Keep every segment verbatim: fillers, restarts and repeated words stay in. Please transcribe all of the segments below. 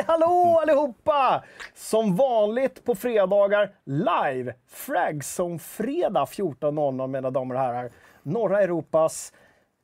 Hej, hallå allihopa! Som vanligt på fredagar, live, Fragzone-fredag fjorton noll noll, mina damer och herrar. Norra Europas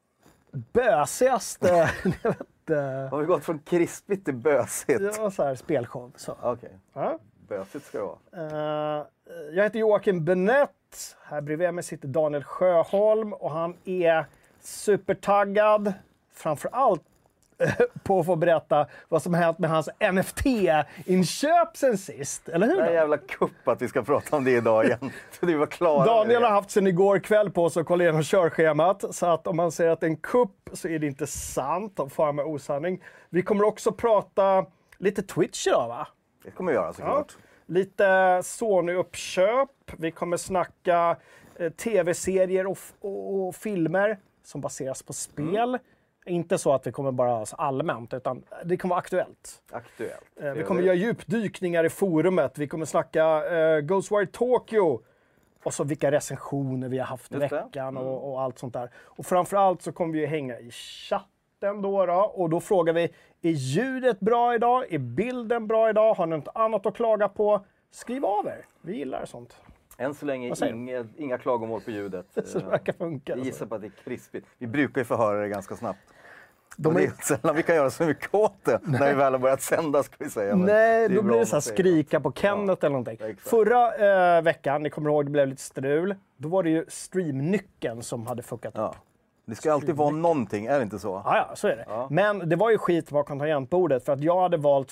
bösigaste, jag vet inte. Har vi gått från krispigt till bösigt? Ja, så här spelshow. Så. Okej, okay. Ja. Bösigt ska det vara. Uh, jag heter Joakim Benett. Här bredvid mig sitter Daniel Sjöholm och han är supertaggad. Framförallt på att få berätta vad som hänt med hans N F T-inköp sen sist. Eller hur? Det är en jävla kupp att vi ska prata om det idag igen. Så det var klara Daniel har haft sen igår kväll på sig att kolla igenom körschemat. Så att om man säger att det är en kupp så är det inte sant. De far med osanning. Vi kommer också prata lite Twitch idag, va? Det kommer vi göra såklart. Ja. Lite Sony-uppköp. Vi kommer snacka eh, tv-serier och, och, och filmer som baseras på spel. Mm. Inte så att vi kommer bara allmänt, utan det kommer vara aktuellt. Aktuellt. Eh, vi kommer göra djupdykningar i forumet. Vi kommer snacka eh, Ghostwire Tokyo. Och så vilka recensioner vi har haft i veckan mm. och, och allt sånt där. Och framförallt så kommer vi hänga i chatten då, då. Och då frågar vi, är ljudet bra idag? Är bilden bra idag? Har ni något annat att klaga på? Skriv av er. Vi gillar sånt. Än så länge inga, inga klagomål på ljudet. Så det verkar funka. Jag gissar på att det är krispigt. Vi brukar ju få höra det ganska snabbt. De är... Det är sällan vi kan göra så mycket åt det när vi väl har börjat sända, ska vi säga. Men nej, då blir det så här skrika på Kenneth ja, eller någonting. Exakt. Förra eh, veckan, ni kommer ihåg, det blev lite strul. Då var det ju streamnyckeln som hade fuckat ja. upp. Det ska alltid vara någonting, är det inte så? Ja, ja så är det. Ja. Men det var ju skit bakom tangentbordet för att jag hade valt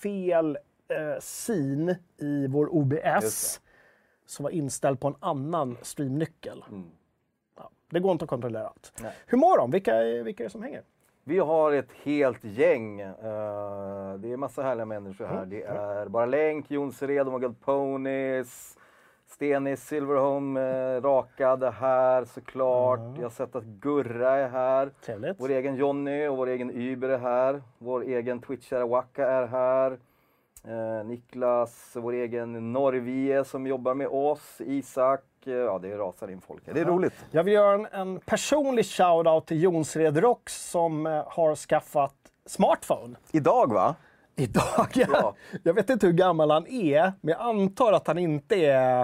fel eh, scene i vår O B S som var inställd på en annan streamnyckel. Mm. Ja, det går inte att kontrollera allt. Nej. Hur mår de? Vilka, vilka är det som hänger? Vi har ett helt gäng. Uh, det är massa härliga människor här. Mm. Det är Bara Länk, Jonsered, Mogul Ponies, Stenis, Silverhome, uh, rakade här såklart. Mm. Jag har sett att Gurra är här. Trevligt. Vår egen Jonny och vår egen Uber är här. Vår egen Twitchare Waka är här. Uh, Niklas, vår egen Norvie som jobbar med oss. Isak. Ja, det rasar in folk. Det är roligt. Jag vill göra en, en personlig shoutout till Jonsered Rocks som eh, har skaffat smartphone. Idag, va? Idag, ja. ja. Jag vet inte hur gammal han är, men jag antar att han inte är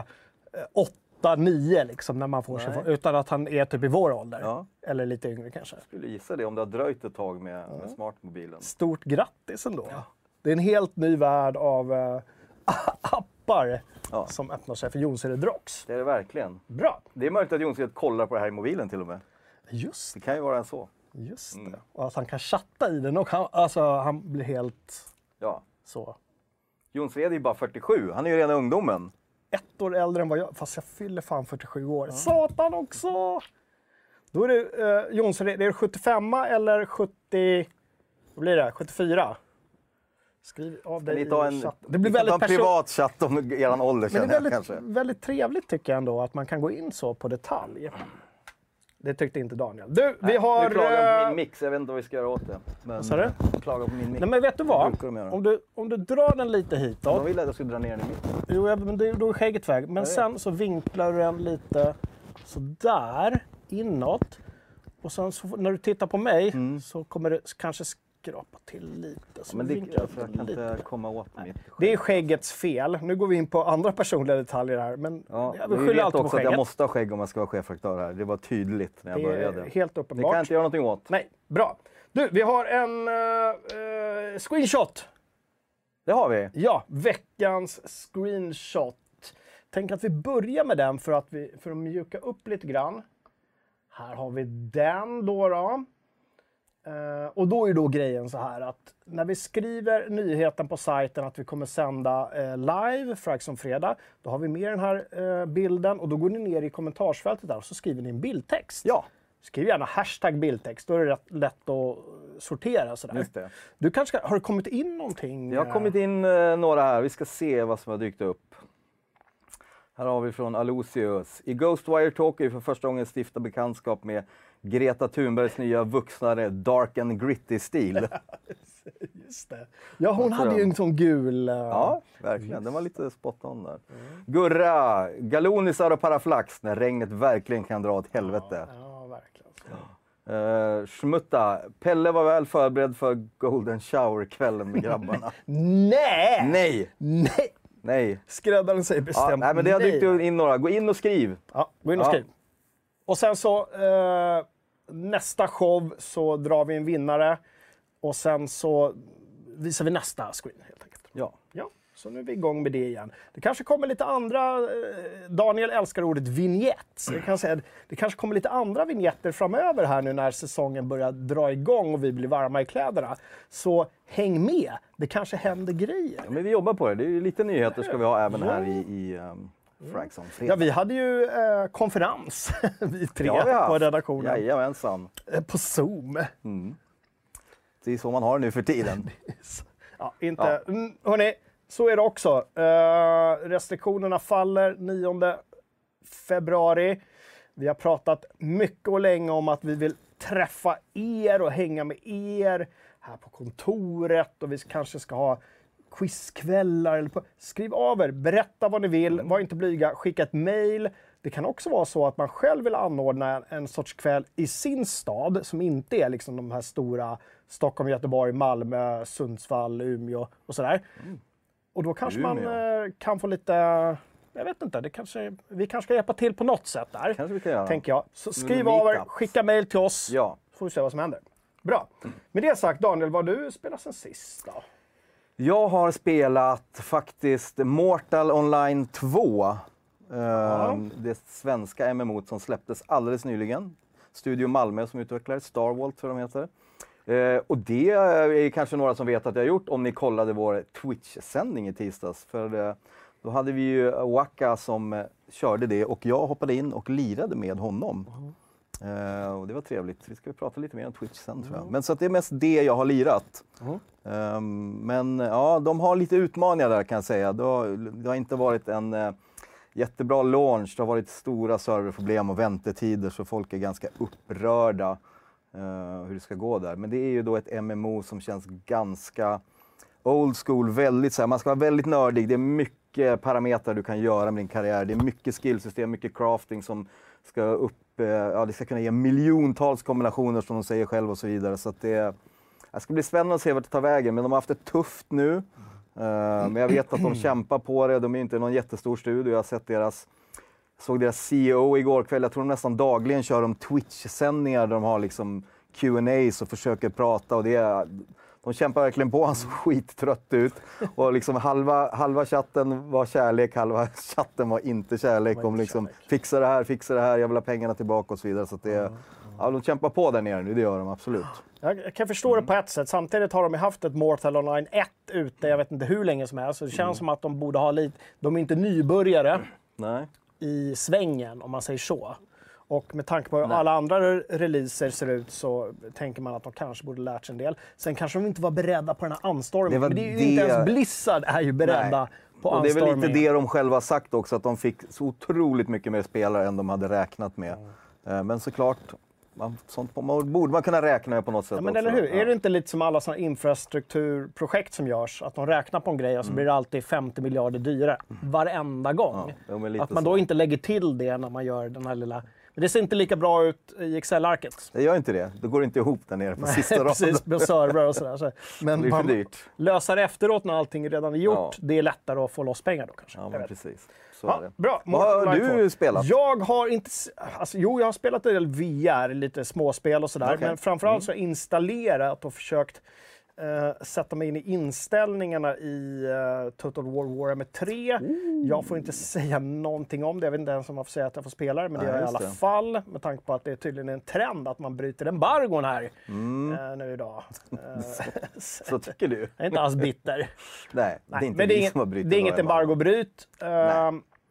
åtta nio liksom när man får sig, utan att han är typ i vår ålder. Ja. Eller lite yngre kanske. Jag skulle gissa det om det har dröjt ett tag med, ja. med smartmobilen. Stort grattis ändå. Ja. Det är en helt ny värld av uh, appar. Ja. Som öppnar sig för Jonsered Rocks. Det är det verkligen. Bra. Det är möjligt att Jonsered kollar på det här i mobilen till och med. Just det. Det kan ju vara en så. Just mm. det. Och att han kan chatta i den och han, alltså, han blir helt ja. så. Jonsered är ju bara fyrtiosju. Han är ju redan ungdomen. Ett år äldre än vad jag. Fast jag fyller fan fyrtiosju år. Ja. Satan också! Då är det uh, Jonsered. Är det sjuttiofem eller sjuttio? Vad blir det? sjuttiofyra? Skriv av dig i en, chatten. Det blir väldigt en privat chatt om eran ålder. Men det är väldigt, jag, kanske. väldigt trevligt tycker jag ändå att man kan gå in så på detalj. Det tyckte inte Daniel. Du, vi har... Du klagar på min mix, jag vet inte vad vi ska göra åt det. Men vad sa du? Klagar på min mix. Nej men vet du vad? Om du, om du drar den lite hitåt. De ville att jag skulle dra ner den i mitten. Jo, men det, då är skägget väg. Men sen så vinklar du den lite så där inåt. Och sen så, när du tittar på mig mm. så kommer det kanske skrapa till lite. Så men det, jag kan lite. inte komma åt mitt skägg. Det är skäggets fel. Nu går vi in på andra personliga detaljer här. Men ja, jag vill vet också att jag måste ha skägg om jag ska vara chefredaktör här. Det var tydligt när jag det började. Är helt uppenbart. Det kan jag inte göra någonting åt. Nej, bra. Du, vi har en uh, uh, screenshot. Det har vi. Ja, veckans screenshot. Tänk att vi börjar med den för att, vi, för att mjuka upp lite grann. Här har vi den då. då. Uh, och då är då grejen så här att när vi skriver nyheten på sajten att vi kommer sända uh, live Fragzone fredag, då har vi med den här uh, bilden och då går ni ner i kommentarsfältet där och så skriver ni en bildtext. Ja. Skriv gärna hashtag bildtext, då är det rätt lätt att sortera sådär. Just det. Du kanske, har det kommit in någonting? Det har kommit in uh, några här, vi ska se vad som har dykt upp. Här har vi från Alosius. I Ghostwire Tokyo för första gången stifta bekantskap med Greta Thunbergs nya vuxnare Dark and Gritty-stil. Just det. Ja, hon alltså, hade ju en sån gul... Uh... Ja, verkligen. Den var lite spot on där. Mm. Gurra, galonisar och paraflax när regnet verkligen kan dra åt helvete. Ja, ja verkligen. Så. Uh, Schmutta, Pelle var väl förberedd för Golden Shower-kvällen med grabbarna. Nej! Nej! Nej! Nej. Skräddaren säger bestämt ja, nej. Men det har dykt in några. Gå in och skriv. Ja, gå in och ja. skriv. Och sen så, eh, nästa show så drar vi en vinnare. Och sen så visar vi nästa screen helt enkelt. Ja. Ja, så nu är vi igång med det igen. Det kanske kommer lite andra, eh, Daniel älskar ordet vignett. Så jag kan säga, det kanske kommer lite andra vignetter framöver här nu när säsongen börjar dra igång och vi blir varma i kläderna. Så häng med, det kanske händer grejer. Ja, men vi jobbar på det. Det är lite nyheter ska vi ha även här i, i um, Fragzone. Ja, vi hade ju eh, konferens, vi tre ja, på redaktionen. Jajamensan. Eh, på Zoom. Mm. Det är så man har det nu för tiden. ja, inte... Ja. Mm, hörrni, så är det också. Uh, restriktionerna faller nionde februari. Vi har pratat mycket och länge om att vi vill träffa er och hänga med er här på kontoret. Och vi kanske ska ha quizkvällar. Eller på... Skriv av er, berätta vad ni vill, var inte blyga, skicka ett mejl. Det kan också vara så att man själv vill anordna en sorts kväll i sin stad som inte är liksom de här stora Stockholm, Göteborg, Malmö, Sundsvall, Umeå och sådär. Mm. Och då kanske Umeå. man eh, kan få lite, jag vet inte, det kanske, vi kanske ska hjälpa till på något sätt där. Kanske vi kan göra. Tänker jag. Så skriv av er, skicka mejl till oss, ja. så får vi se vad som händer. Bra. Med det sagt, Daniel, vad har du spelat sen sist då? Jag har spelat faktiskt Mortal Online två. Ja. Det svenska M M O som släpptes alldeles nyligen. Studio Malmö som utvecklar Starwalt för de heter. Eh, och det är kanske några som vet att jag har gjort om ni kollade vår Twitch-sändning i tisdags. För eh, då hade vi ju Waka som eh, körde det och jag hoppade in och lirade med honom. Mm. Eh, och det var trevligt. Vi ska prata lite mer om Twitch sen tror jag. Mm. Men så att det är mest det jag har lirat. Mm. Eh, men ja, de har lite utmaningar där kan jag säga. Det har, det har inte varit en... Eh, Jättebra launch, det har varit stora serverproblem och väntetider så folk är ganska upprörda uh, hur det ska gå där. Men det är ju då ett M M O som känns ganska old school, väldigt så här, man ska vara väldigt nördig. Det är mycket parametrar du kan göra med din karriär. Det är mycket skillsystem, mycket crafting som ska upp, uh, ja det ska kunna ge miljontals kombinationer som de säger själv och så vidare. Så att det, det ska bli spännande att se vart det tar vägen, men de har haft det tufft nu. Uh, men jag vet att de kämpar på det, de är inte någon jättestor studio, jag har sett deras, såg deras C E O igår kväll, jag tror de nästan dagligen kör de Twitch-sändningar där de har liksom Q and A's och försöker prata och det är, de kämpar verkligen på, han såg skittrött ut och liksom halva, halva chatten var kärlek, halva chatten var inte kärlek, var inte om liksom kärlek. Fixa det här, fixa det här, jag vill ha pengarna tillbaka och så vidare så att det är, ja, de kämpar på där nere nu, det gör de absolut. Jag kan förstå mm. det på ett sätt. Samtidigt har de haft ett Mortal Online ett ute, jag vet inte hur länge som helst. Så det känns mm. som att de borde ha lite, de är inte nybörjare Nej. i svängen om man säger så. Och med tanke på hur Nej. alla andra releaser ser ut så tänker man att de kanske borde lärt sig en del. Sen kanske de inte var beredda på den här anstormningen. Men det är ju det... inte ens Blizzard är ju beredda Nej. på och anstormningen. Det är väl lite det de själva sagt också, att de fick så otroligt mycket mer spelare än de hade räknat med. Mm. Men såklart... Man, sånt man, borde man kunna räkna på något sätt. Ja, men också. Eller hur? Ja. Är det inte lite som alla såna infrastrukturprojekt som görs? Att de räknar på en grej och så mm. blir det alltid femtio miljarder dyrare varenda gång. Ja, att man så. då inte lägger till det när man gör den här lilla... Men det ser inte lika bra ut i Excel-arket. Det gör inte det. Det går inte ihop där nere på Nej, sista raden. Precis, med servrar och sådär. Så. Men det är för dyrt. Lösar efteråt när allting redan är gjort, ja. det är lättare att få loss pengar då kanske. Ja, men precis. Så ja, är det. Bra. Vad har du spelat? Jag har inte... Alltså, jo, jag har spelat en del V R, lite småspel och sådär. Okay. Men framförallt mm. så har jag installerat och försökt uh, sätta mig in i inställningarna i uh, Total War Warhammer tre. Mm. Jag får inte säga någonting om det. Jag vet inte ens om jag får säga att jag får spela det, men det Nej, gör jag i alla det. fall. Med tanke på att det är tydligen en trend att man bryter embargon här mm. uh, nu idag. Uh, så, så tycker du? Jag är inte alls bitter. Nej, det är inte men det är inget, som har brutit det är inget embargobryt. Uh,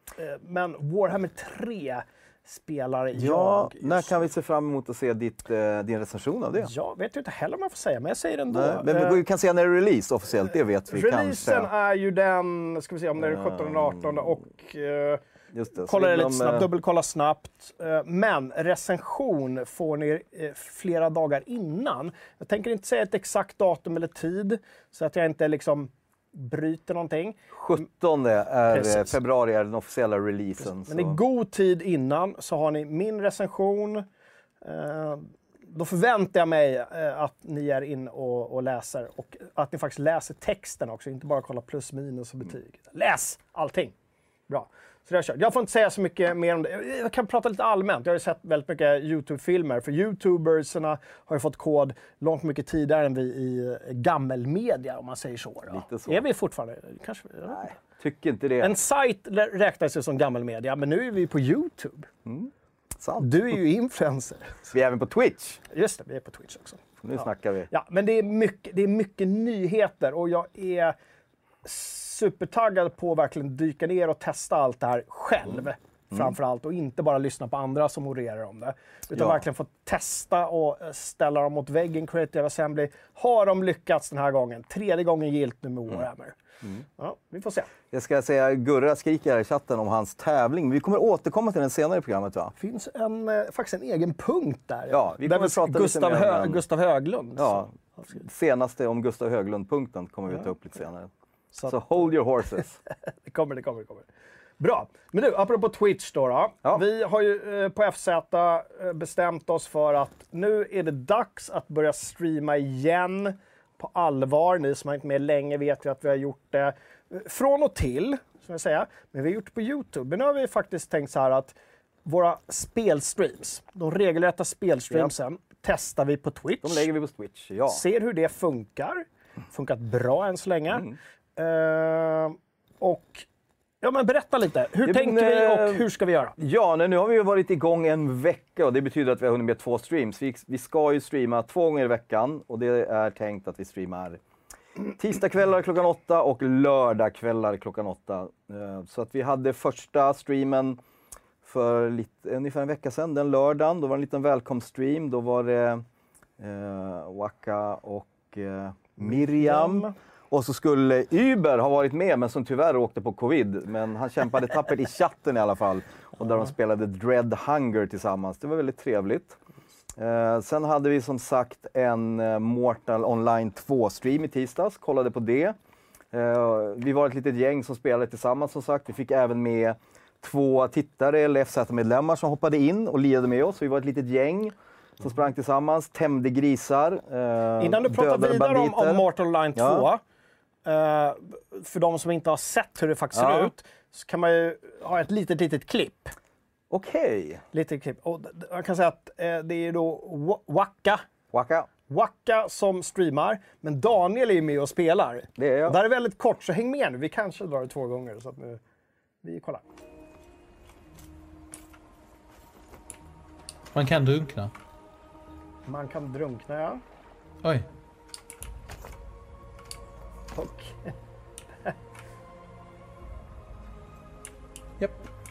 men Warhammer tre spelar ja, jag... När kan vi se fram emot att se ditt, uh, din recension av det? Jag vet inte heller om jag får säga, men jag säger det ändå. Nej, men vi kan säga när det är release officiellt, det vet vi Releasen kanske. är ju den, ska vi se om det är den sjuttonde artonde och... Uh, Just det, kolla det lite de, snabbt, dubbelkolla snabbt. Uh, men recension får ni uh, flera dagar innan. Jag tänker inte säga ett exakt datum eller tid, så att jag inte liksom... bryter någonting. sjuttonde är Precis. februari är den officiella releasen. Men i god tid innan så har ni min recension. Eh, då förväntar jag mig eh, att ni är in och, och läser. Och att ni faktiskt läser texten också. Inte bara kolla plus, minus och betyg. Läs allting! Bra. Så det har jag, jag får inte säga så mycket mer om det. Jag kan prata lite allmänt. Jag har ju sett väldigt mycket YouTube-filmer. För YouTubersarna har ju fått kod långt mycket tidigare än vi i gammelmedia, om man säger så. Lite så. Är vi fortfarande? Kanske, Nej, tycker inte det. En sajt räknas ju som gammelmedia, men nu är vi på YouTube. Mm. Sant. Du är ju influencer. Vi är även på Twitch. Just det, vi är på Twitch också. Nu ja. snackar vi. Ja, men det är, mycket, det är mycket nyheter och jag är supertaggad på att verkligen dyka ner och testa allt det här själv. Mm. Framförallt, och inte bara lyssna på andra som orerar om det. Utan ja. verkligen få testa och ställa dem mot väggen, Creative Assembly. Har de lyckats den här gången? Tredje gången gilt nu med Warhammer. Mm. Ja, vi får se. Jag ska säga, Gurra skriker här i chatten om hans tävling. Vi kommer återkomma till den senare i programmet, va? Det finns en, eh, faktiskt en egen punkt där. Ja, vi kommer prata Gustav, lite mer om Hö- den. Gustav Höglund. Ja, senaste om Gustav Höglund-punkten kommer vi ta upp lite senare. Så, Så so hold your horses. det kommer, det kommer, det kommer. Bra. Men du, apropå Twitch då. då. Ja. Vi har ju eh, på F Z eh, bestämt oss för att nu är det dags att börja streama igen på allvar. Ni som har inte med länge vet ju att vi har gjort det eh, från och till, som jag säger. Men vi har gjort det på YouTube. Men nu har vi faktiskt tänkt så här att våra spelstreams, de regelrätta spelstreamsen, ja. testar vi på Twitch. De lägger vi på Twitch, ja. Ser hur det funkar. Funkat bra än så länge. Mm. Uh, och ja, men berätta lite. Hur det, tänker vi och hur ska vi göra? Ja, nu har vi ju varit igång en vecka och det betyder att vi har hunnit med två streams. Vi, vi ska ju streama två gånger i veckan och det är tänkt att vi streamar tisdagskvällar klockan åtta och lördagskvällar klockan åtta. Uh, så att vi hade första streamen för lite, ungefär en vecka sedan, den lördagen. Då var det en liten välkomststream. Då var det uh, Waka och uh, Miriam. Och så skulle Uber ha varit med, men som tyvärr åkte på covid. Men han kämpade tappert i chatten i alla fall. Och där de spelade Dread Hunger tillsammans. Det var väldigt trevligt. Eh, sen hade vi som sagt en eh, Mortal Online två-stream i tisdags. Kollade på det. Eh, vi var ett litet gäng som spelade tillsammans som sagt. Vi fick även med två tittare eller F Z-medlemmar som hoppade in och lirade med oss. Vi var ett litet gäng som sprang tillsammans, tämjde grisar, eh, Innan du pratar vidare om, om Mortal Online två, ja. eh, för de som inte har sett hur det faktiskt ja. ser ut, så kan man ju ha ett litet, litet klipp. Okej. Okay. Lite klipp. Och jag kan säga att eh, det är då Waka. Waka. Waka som streamar, men Daniel är ju med och spelar. Det är jag. Och det här är väldigt kort, så häng med nu. Vi kanske drar det två gånger, så att nu, vi kollar. Man kan drunkna. Man kan drunkna, ja. Oj. Och... Japp.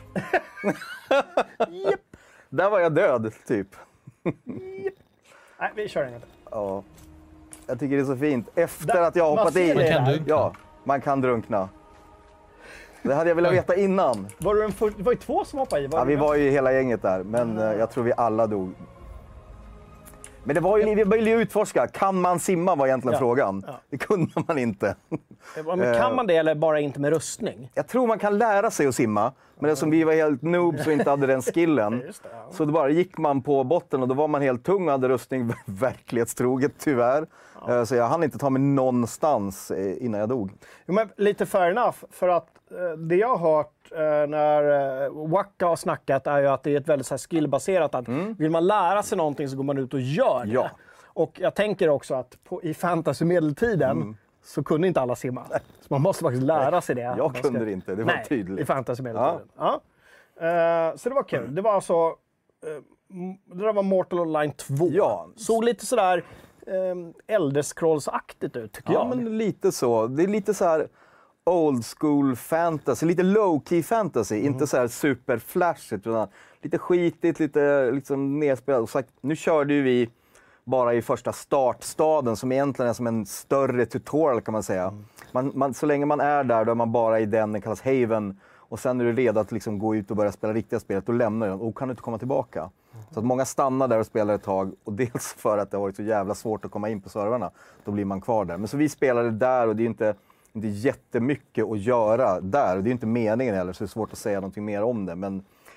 Japp. Där var jag död, typ. Japp. Nej, vi kör inte. Ja. Jag tycker det är så fint. Efter Där, att jag hoppat i. Man kan drunkna. Ja, man kan drunkna. Det hade jag velat veta innan. Var du en för... Det var ju två som hoppade i. Var ja, vi med? var ju hela gänget där, men mm. jag tror vi alla dog. Men det var ju, vi ville ju utforska. Kan man simma var egentligen ja. frågan. Ja. Det kunde man inte. Men kan man det eller bara inte med rustning? Jag tror man kan lära sig att simma. Men eftersom vi var helt noobs och inte hade den skillen. Det, ja. Så då bara gick man på botten och då var man helt tung och hade rustning verklighetstroget tyvärr. Ja. Så jag hann inte ta mig någonstans innan jag dog. Jo, men lite fair enough. För att eh, det jag har hört eh, när eh, Waka har snackat är ju att det är ett väldigt så här, skillbaserat. Att mm. vill man lära sig någonting så går man ut och gör det. Ja. Och jag tänker också att på, i fantasy-medeltiden mm. så kunde inte alla simma. Så man måste faktiskt lära sig det. Jag kunde ska... det inte, det var Nej, tydligt. i fantasy-medeltiden. Ja. Ja. Uh, så det var kul. Mm. Det var alltså... Uh, det där var Mortal Online två. Ja. Såg lite sådär um, Elder Scrolls-aktigt ut, tycker ja, jag. Ja, men lite så. Det är lite så här old school fantasy, lite low-key fantasy. Mm. Inte så här super flashigt, utan lite skitigt, lite liksom nedspelat. Och sagt, nu körde ju vi bara i första startstaden som egentligen är som en större tutorial kan man säga. Mm. Man, man, så länge man är där, då är man bara i den, den kallas Haven. Och sen är du redo att liksom gå ut och börja spela riktiga spelet, då lämnar du den och kan du inte komma tillbaka. Mm. Så att många stannar där och spelar ett tag, och dels för att det har varit så jävla svårt att komma in på servrarna, då blir man kvar där. Men så vi spelade där och det är inte, inte jättemycket att göra där, och det är inte meningen heller, så det är svårt att säga någonting mer om det. Men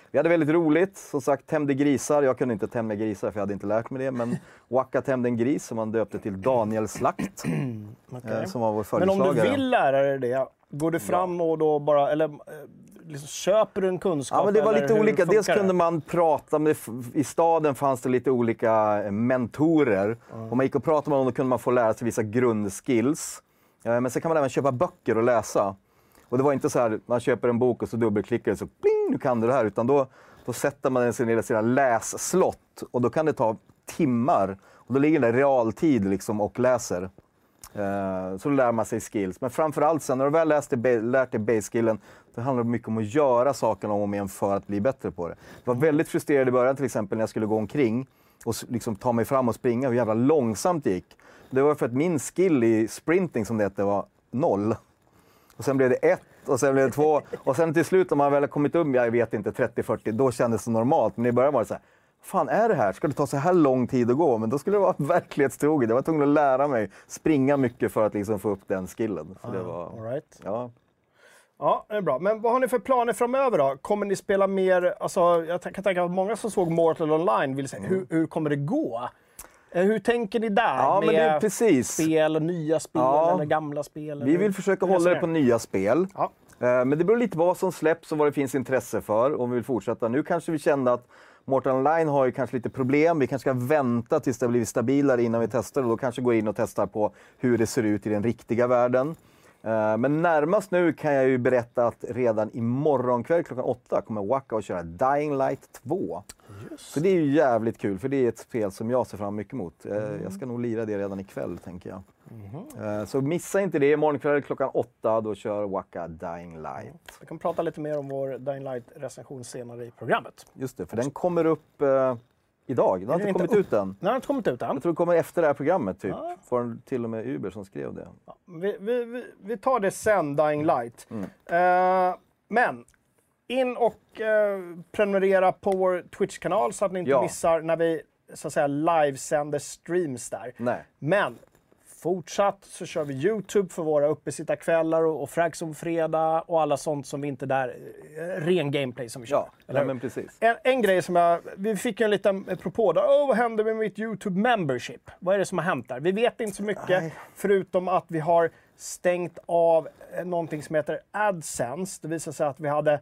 Vi hade väldigt roligt, som sagt, tämjde grisar. Jag kunde inte tämja grisar för jag hade inte lärt mig det. Men Waka tämjde en gris som man döpte till Daniel Slakt. okay. Som var vår följeslagare. Men om du vill lära dig det, går du fram ja. och då bara, eller liksom, köper du en kunskap? Ja, men det var lite olika. Dels kunde det? man prata, med, i staden fanns det lite olika mentorer. Mm. Om man gick och pratade med någon, då kunde man få lära sig vissa grundskills. Men sen kan man även köpa böcker och läsa. Och det var inte så här, man köper en bok och så dubbelklickar det så pling, nu kan du det här. Utan då, då sätter man den i sina lässlott och då kan det ta timmar. Och då ligger det i realtid liksom och läser. Uh, så lär man sig skills. Men framförallt sen när du väl läst det, lärt dig base-skillen, då handlar det mycket om att göra sakerna om igen för att bli bättre på det. Jag var väldigt frustrerad i början till exempel när jag skulle gå omkring och liksom ta mig fram och springa, hur jävla långsamt det gick. Det var för att min skill i sprinting som det hette var noll. Och sen blev det ett och sen blev det två. Och sen till slut om man väl har kommit upp, jag vet inte, trettio fyrtio, då kändes det normalt. Men i början var det så här, fan är det här? Ska det ta så här lång tid att gå? Men då skulle det vara verklighetstroget. Jag var tvungen att lära mig springa mycket för att liksom få upp den skillen. Så ah, det var, all right. ja. Ja, det är bra. Men vad har ni för planer framöver då? Kommer ni spela mer, alltså jag kan tänka att många som såg Mortal Online vill säga, mm. hur, hur kommer det gå? Hur tänker ni där ja, med men det är precis. spel, nya spel ja. eller gamla spel? Vi vill försöka hålla det på nya spel. Ja. Men det beror lite på vad som släpps och vad det finns intresse för om vi vill fortsätta. Nu kanske vi kände att Mortal Online har ju kanske lite problem. Vi kanske ska vänta tills det blir stabilare innan vi testar och då kanske gå in och testa på hur det ser ut i den riktiga världen. Men närmast nu kan jag ju berätta att redan imorgon kväll klockan åtta kommer Waka att köra Dying Light två. Just. Så det är ju jävligt kul för det är ett spel som jag ser fram mycket emot. Mm. Jag ska nog lira det redan ikväll tänker jag. Mm. Så missa inte det, imorgon kväll klockan åtta då kör Waka Dying Light. Vi kan prata lite mer om vår Dying Light-recension senare i programmet. Just det, för den kommer upp eh, idag. Den har inte kommit upp? ut än. Den har inte kommit ut än. Jag tror det kommer efter det här programmet typ. Ja. För till och med Uber som skrev det. Ja, vi, vi, vi, vi tar det sen, Dying Light. Mm. Uh, men in och uh, prenumerera på vår Twitch-kanal så att ni inte ja. missar när vi så att säga livesänder streams där. Nej. Men fortsatt så kör vi YouTube för våra uppesittarkvällar och, och Frags om fredag och alla sånt som vi inte där, ren gameplay som vi kör. Ja, eller? Men precis. En, en grej som jag, vi fick en liten propå där, åh vad händer med mitt YouTube membership? Vad är det som har hänt där? Vi vet inte så mycket Nej. förutom att vi har stängt av någonting som heter AdSense. Det visar sig att vi hade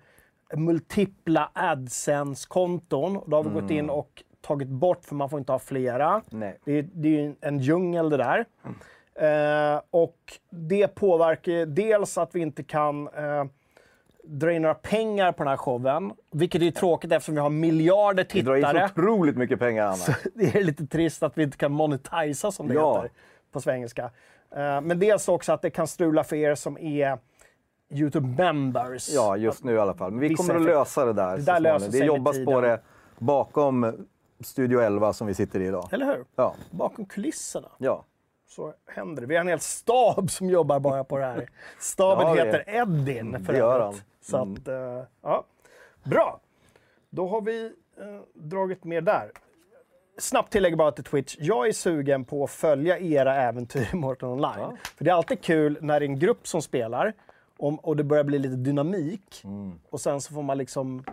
multipla AdSense-konton och då har vi mm. gått in och tagit bort för man får inte ha flera. Nej. Det, är, det är ju en djungel det där. Mm. Eh, och det påverkar dels att vi inte kan eh, dra in några pengar på den här showen. Vilket är ju tråkigt eftersom vi har miljarder tittare. Vi drar in så otroligt mycket pengar annars. Så det är lite trist att vi inte kan monetisa som det ja. heter på svengelska. Eh, men dels också att det kan strula för er som är YouTube members. Ja, just nu i alla fall. Men vi kommer att lösa det där. Det, där löser det jobbas på det bakom Studio elva som vi sitter i idag. Eller hur? Ja. Bakom kulisserna. Ja. Så händer det. Vi har en hel stab som jobbar bara på det här. Staben ja, det. heter Edin för det gör han. Så mm. att, uh, ja. Bra. Då har vi uh, dragit med där. Snabbt tillägg bara till Twitch. Jag är sugen på att följa era äventyr i Mortal Online. Ja. För det är alltid kul när det är en grupp som spelar om, och det börjar bli lite dynamik. Mm. Och sen så får man liksom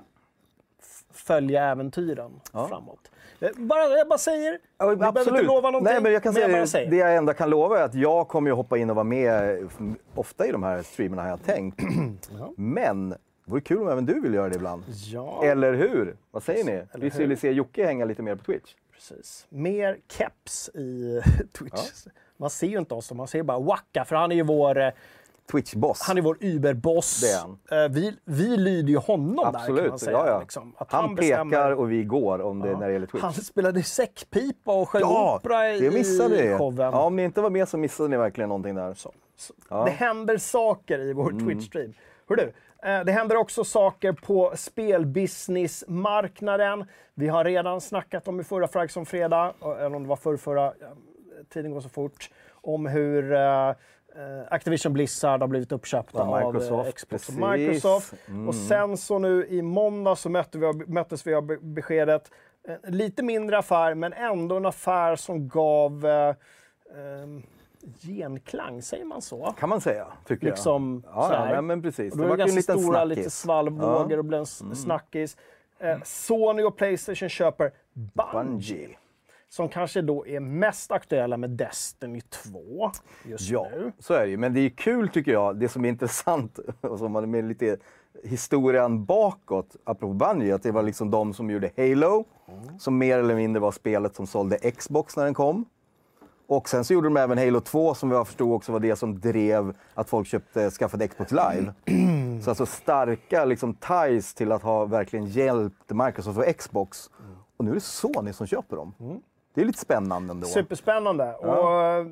följa äventyren ja. framåt. Bara, jag bara säger, ja, vi behöver inte lova någonting. Nej, men jag kan men säga, jag säger. Det jag enda kan lova är att jag kommer att hoppa in och vara med ofta i de här streamerna har jag tänkt. ja. Men det vore kul om även du vill göra det ibland. Ja. Eller hur? Vad säger ni? Eller vi skulle se Jocke hänga lite mer på Twitch. Precis. Mer keps i Twitch. Ja. Man ser ju inte oss, man ser bara Waka, för han är ju vår Twitch-boss. Han är vår Uber-boss. Det är han. Vi, vi lyder ju honom. Absolut, där kan man säga. Ja, ja. Liksom. Att han, han pekar och vi går om det, ja. när det gäller Twitch. Han spelade säckpipa och sjöng ja, opera i, det missade i showen. Ja, om ni inte var med så missade ni verkligen någonting där. Så. Så. Ja. Det händer saker i vår mm. Twitch-stream. Hör du, det händer också saker på spelbusinessmarknaden. Vi har redan snackat om i förra Frags om fredag, eller om det var förra, förra tiden går så fort, om hur uh, Activision Blizzard har blivit uppköpta ja, av Xbox precis. och Microsoft. Mm. Och sen så nu i måndag så mötte vi, möttes vi av beskedet, en lite mindre affär men ändå en affär som gav uh, um, genklang, säger man så? Kan man säga, tycker liksom, jag. Ja, ja, men precis. Och då det var det ganska stora, snackis. Lite svallvågor ja. och blev en mm. snackis. Eh, Sony och PlayStation köper Bungie. Bungie. Som kanske då är mest aktuella med Destiny två just Ja, nu. så är det ju. Men det är kul tycker jag, det som är intressant och som man är med lite historien bakåt, apropå Bungie, att det var liksom de som gjorde Halo, mm. som mer eller mindre var spelet som sålde Xbox när den kom. Och sen så gjorde de även Halo två som jag förstod också var det som drev att folk köpte, skaffade Xbox Live. Mm. Så alltså starka liksom ties till att ha verkligen hjälpt Microsoft och Xbox. Mm. Och nu är det Sony som köper dem. Mm. Det är lite spännande ändå. Superspännande. Ja. Och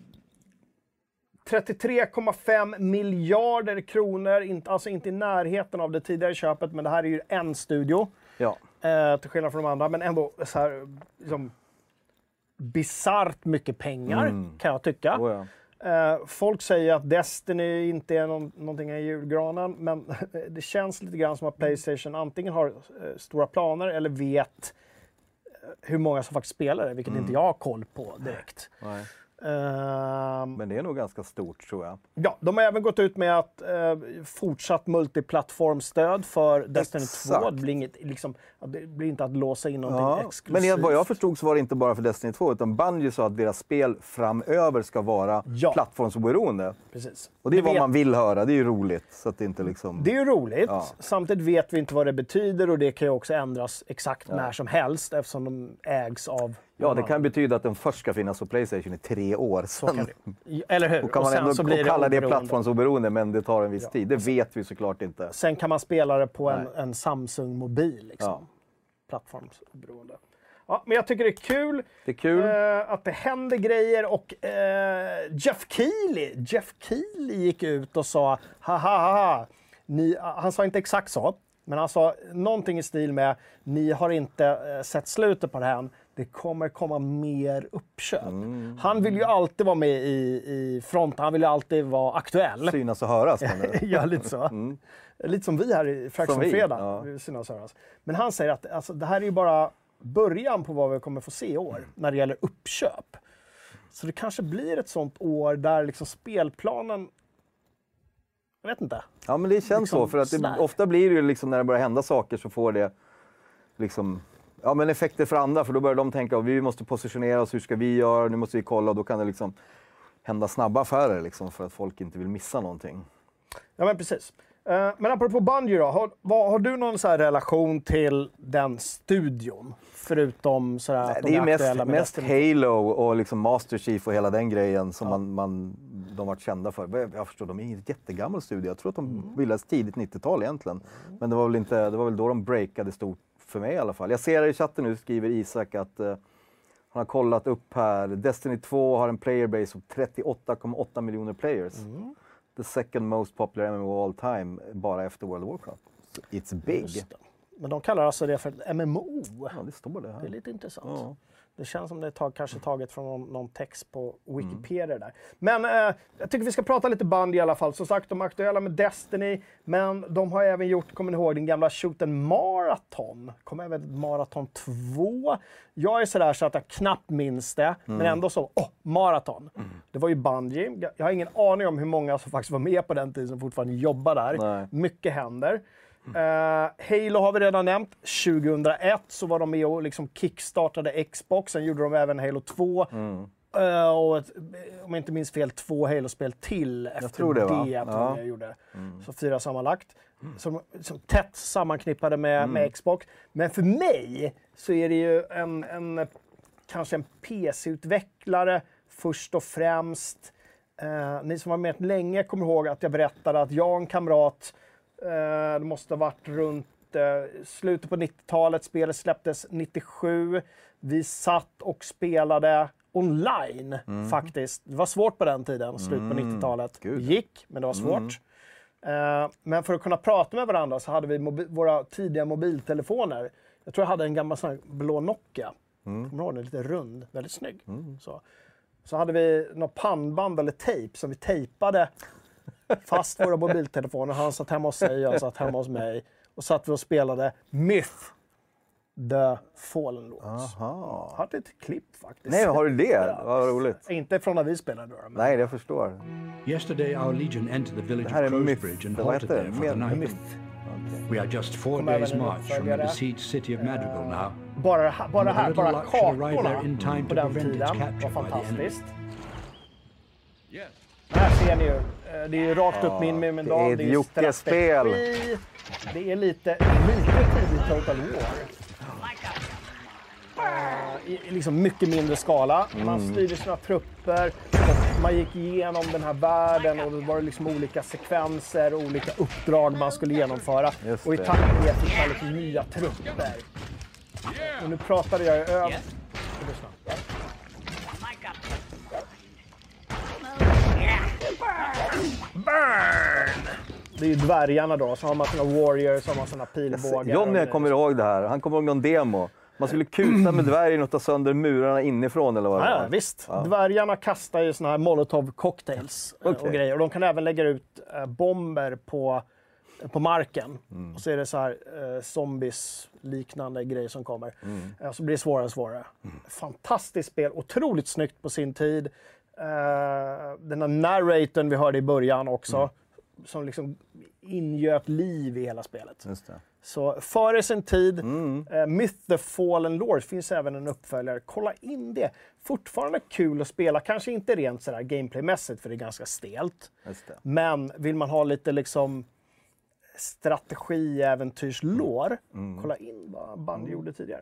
trettiotre komma fem miljarder kronor, inte, alltså inte i närheten av det tidigare köpet, men det här är ju en studio. Ja. Eh, till skillnad från de andra, men ändå så här, liksom, bisarrt mycket pengar, mm. kan jag tycka. Oh, ja. eh, folk säger att Destiny inte är någon, någonting i julgranen, men det känns lite grann som att PlayStation antingen har eh, stora planer eller vet hur många som faktiskt spelar det, vilket mm. inte jag har koll på direkt. Nej. Uh, Men det är nog ganska stort tror jag. Ja, de har även gått ut med att uh, fortsatt multiplattformstöd för Destiny Exakt. två. Det blir, inget, liksom, det blir inte att låsa in någonting ja. exklusivt. Men vad jag förstod så var det inte bara för Destiny två, utan Bungie sa att deras spel framöver ska vara ja. plattformsoberoende. Precis. Och det är vi vad vet... man vill höra, det är ju roligt. Så att det, inte liksom... det är ju roligt, ja. samtidigt vet vi inte vad det betyder och det kan ju också ändras exakt ja. när som helst eftersom de ägs av... Ja, det kan betyda att den först ska finnas på PlayStation i tre år. Så kan det. Eller hur? Och kan man och sen ändå så blir det kalla det oberoende. plattformsoberoende, men det tar en viss ja. tid. Det vet vi såklart inte. Sen kan man spela det på en, en Samsung-mobil. Liksom. Ja. Plattformsberoende. Ja, men jag tycker det är kul, det är kul. Eh, att det händer grejer. Och eh, Jeff Keely, Jeff Keely gick ut och sa ha ha ha. Ni, han sa inte exakt så, men han sa någonting i stil med ni har inte eh, sett slutet på det här. Det kommer komma mer uppköp. Mm. Han vill ju alltid vara med i, i front. Han vill ju alltid vara aktuell. Synas och höras. Ja, lite så. Mm. Lite som vi här i Fraction-fredag. Ja. Synas och höras. Men han säger att alltså, det här är ju bara början på vad vi kommer få se i år mm. när det gäller uppköp. Så det kanske blir ett sånt år där liksom spelplanen... Jag vet inte. Ja, men det känns liksom så. För att det, ofta blir det ju liksom när det börjar hända saker så får det liksom... Ja, men effekter för andra, för då börjar de tänka att vi måste positionera oss, hur ska vi göra, nu måste vi kolla, och då kan det liksom hända snabba affärer liksom, för att folk inte vill missa någonting. Ja, men precis. Uh, men apropå Bungie då, har, vad, har du någon så här relation till den studion? Förutom så här, Nej, att det de är är mest, mest Destiny. Halo och liksom Master Chief och hela den grejen som ja. man, man, de varit kända för. Jag förstår, de är en jättegammal studio. Jag tror att de mm. bildades tidigt nittiotal egentligen. Mm. Men det var väl inte, det var väl då de breakade stort för mig i alla fall. Jag ser i chatten nu, skriver Isak att uh, han har kollat upp här. Destiny två har en playerbase av trettioåtta komma åtta miljoner players. Mm. The second most popular M M O all time, bara efter World of Warcraft. So it's big. Men de kallar alltså det för ett M M O. Ja, det står det här. Det är lite intressant. Ja. Det känns som det är tag, kanske taget från någon, någon text på Wikipedia mm. där. Men eh, jag tycker vi ska prata lite band i alla fall. Som sagt, de är aktuella med Destiny. Men de har även gjort, kommer ni ihåg, den gamla shooten Marathon. Kommer även Marathon två. Jag är sådär så att jag knappt minns det. Mm. Men ändå så, åh, Marathon. Mm. Det var ju Bungie. Jag har ingen aning om hur många som faktiskt var med på den tiden som fortfarande jobbar där. Nej. Mycket händer. Uh, Halo har vi redan nämnt. tjugohundraett så var de med och liksom kickstartade Xbox. Sen gjorde de även Halo två. Mm. Uh, och ett, om jag inte minns fel, två Halo-spel till efter jag tror det. Va? det ja. jag gjorde. Mm. Så fyra sammanlagt. Mm. Som, som tätt sammanknippade med, mm. med Xbox. Men för mig så är det ju en, en kanske en P C-utvecklare först och främst. Uh, ni som var med länge kommer ihåg att jag berättade att jag och en kamrat, det måste ha varit runt eh, slutet på nittiotalet. Spelet släpptes nittiosju. Vi satt och spelade online mm. faktiskt. Det var svårt på den tiden, slut på mm. nittiotalet. Gud. Det gick, men det var svårt. Mm. Eh, men för att kunna prata med varandra så hade vi mobi- våra tidiga mobiltelefoner. Jag tror jag hade en gammal sån här blå Nokia. Mm. Kommer du ihåg den? Lite rund, väldigt snygg. Mm. Så. så hade vi något pannband eller tejp som vi tejpade fast våra mobiltelefoner. Han satt hemma hos sig, jag satt hemma hos mig. Och satt vi och spelade Myth, The Fallen Lords. Aha. Jag hade ett klipp faktiskt. Nej, har du det? Ja. Vad roligt. Inte från när vi spelade då. Men... Nej, jag förstår. Yesterday our legion entered the village of Crowsbridge and halted there for the night. Myth. We are just four Kommer days även en march from the uppföljare. besieged city of Madrigal now. Bara, det här- bara det här, Little bara luck should arrive kartorna there in time på to den prevent its tiden capture var by the enemy. fantastiskt. Här ser ni ju, eh, det är ju rakt upp min Mumindal. det är ett Jocke-spel. strategi. Det är lite, lite tidigt Total War. Uh, I liksom mycket mindre skala. Man styrde sina trupper och man gick igenom den här världen och det var liksom olika sekvenser och olika uppdrag man skulle genomföra. Just Och i det. takt med det fick man liksom nya trupper. Och nu pratade jag ju över... Lyssna. Burn! Det är ju dvärgarna då, så har man sina warriors, så har man sina pilbågar. Johnny och- kommer ihåg det här. Han kommer ihåg någon demo. Man skulle kuta med dvärgen och ta sönder murarna inifrån eller vad det Ja, var. ja, visst. Dvärgarna kastar ju såna här molotov cocktails eh, Okej. och grejer. Och de kan även lägga ut eh, bomber på, på marken. Och så är det så här eh, zombies-liknande grejer som kommer. Eh, så blir det svårare och svårare. Fantastiskt spel, otroligt snyggt på sin tid. Eh, den här narratorn vi hörde i början också. Som liksom ingöt liv i hela spelet. Just det. Så före sin tid, Mm. eh, Myth the Fallen Lords finns även en uppföljare. Kolla in det. Fortfarande kul att spela, kanske inte rent sådär gameplaymässigt för det är ganska stelt. Just det. Men vill man ha lite liksom strategi-äventyrslår, Mm. kolla in vad Bungie gjorde tidigare.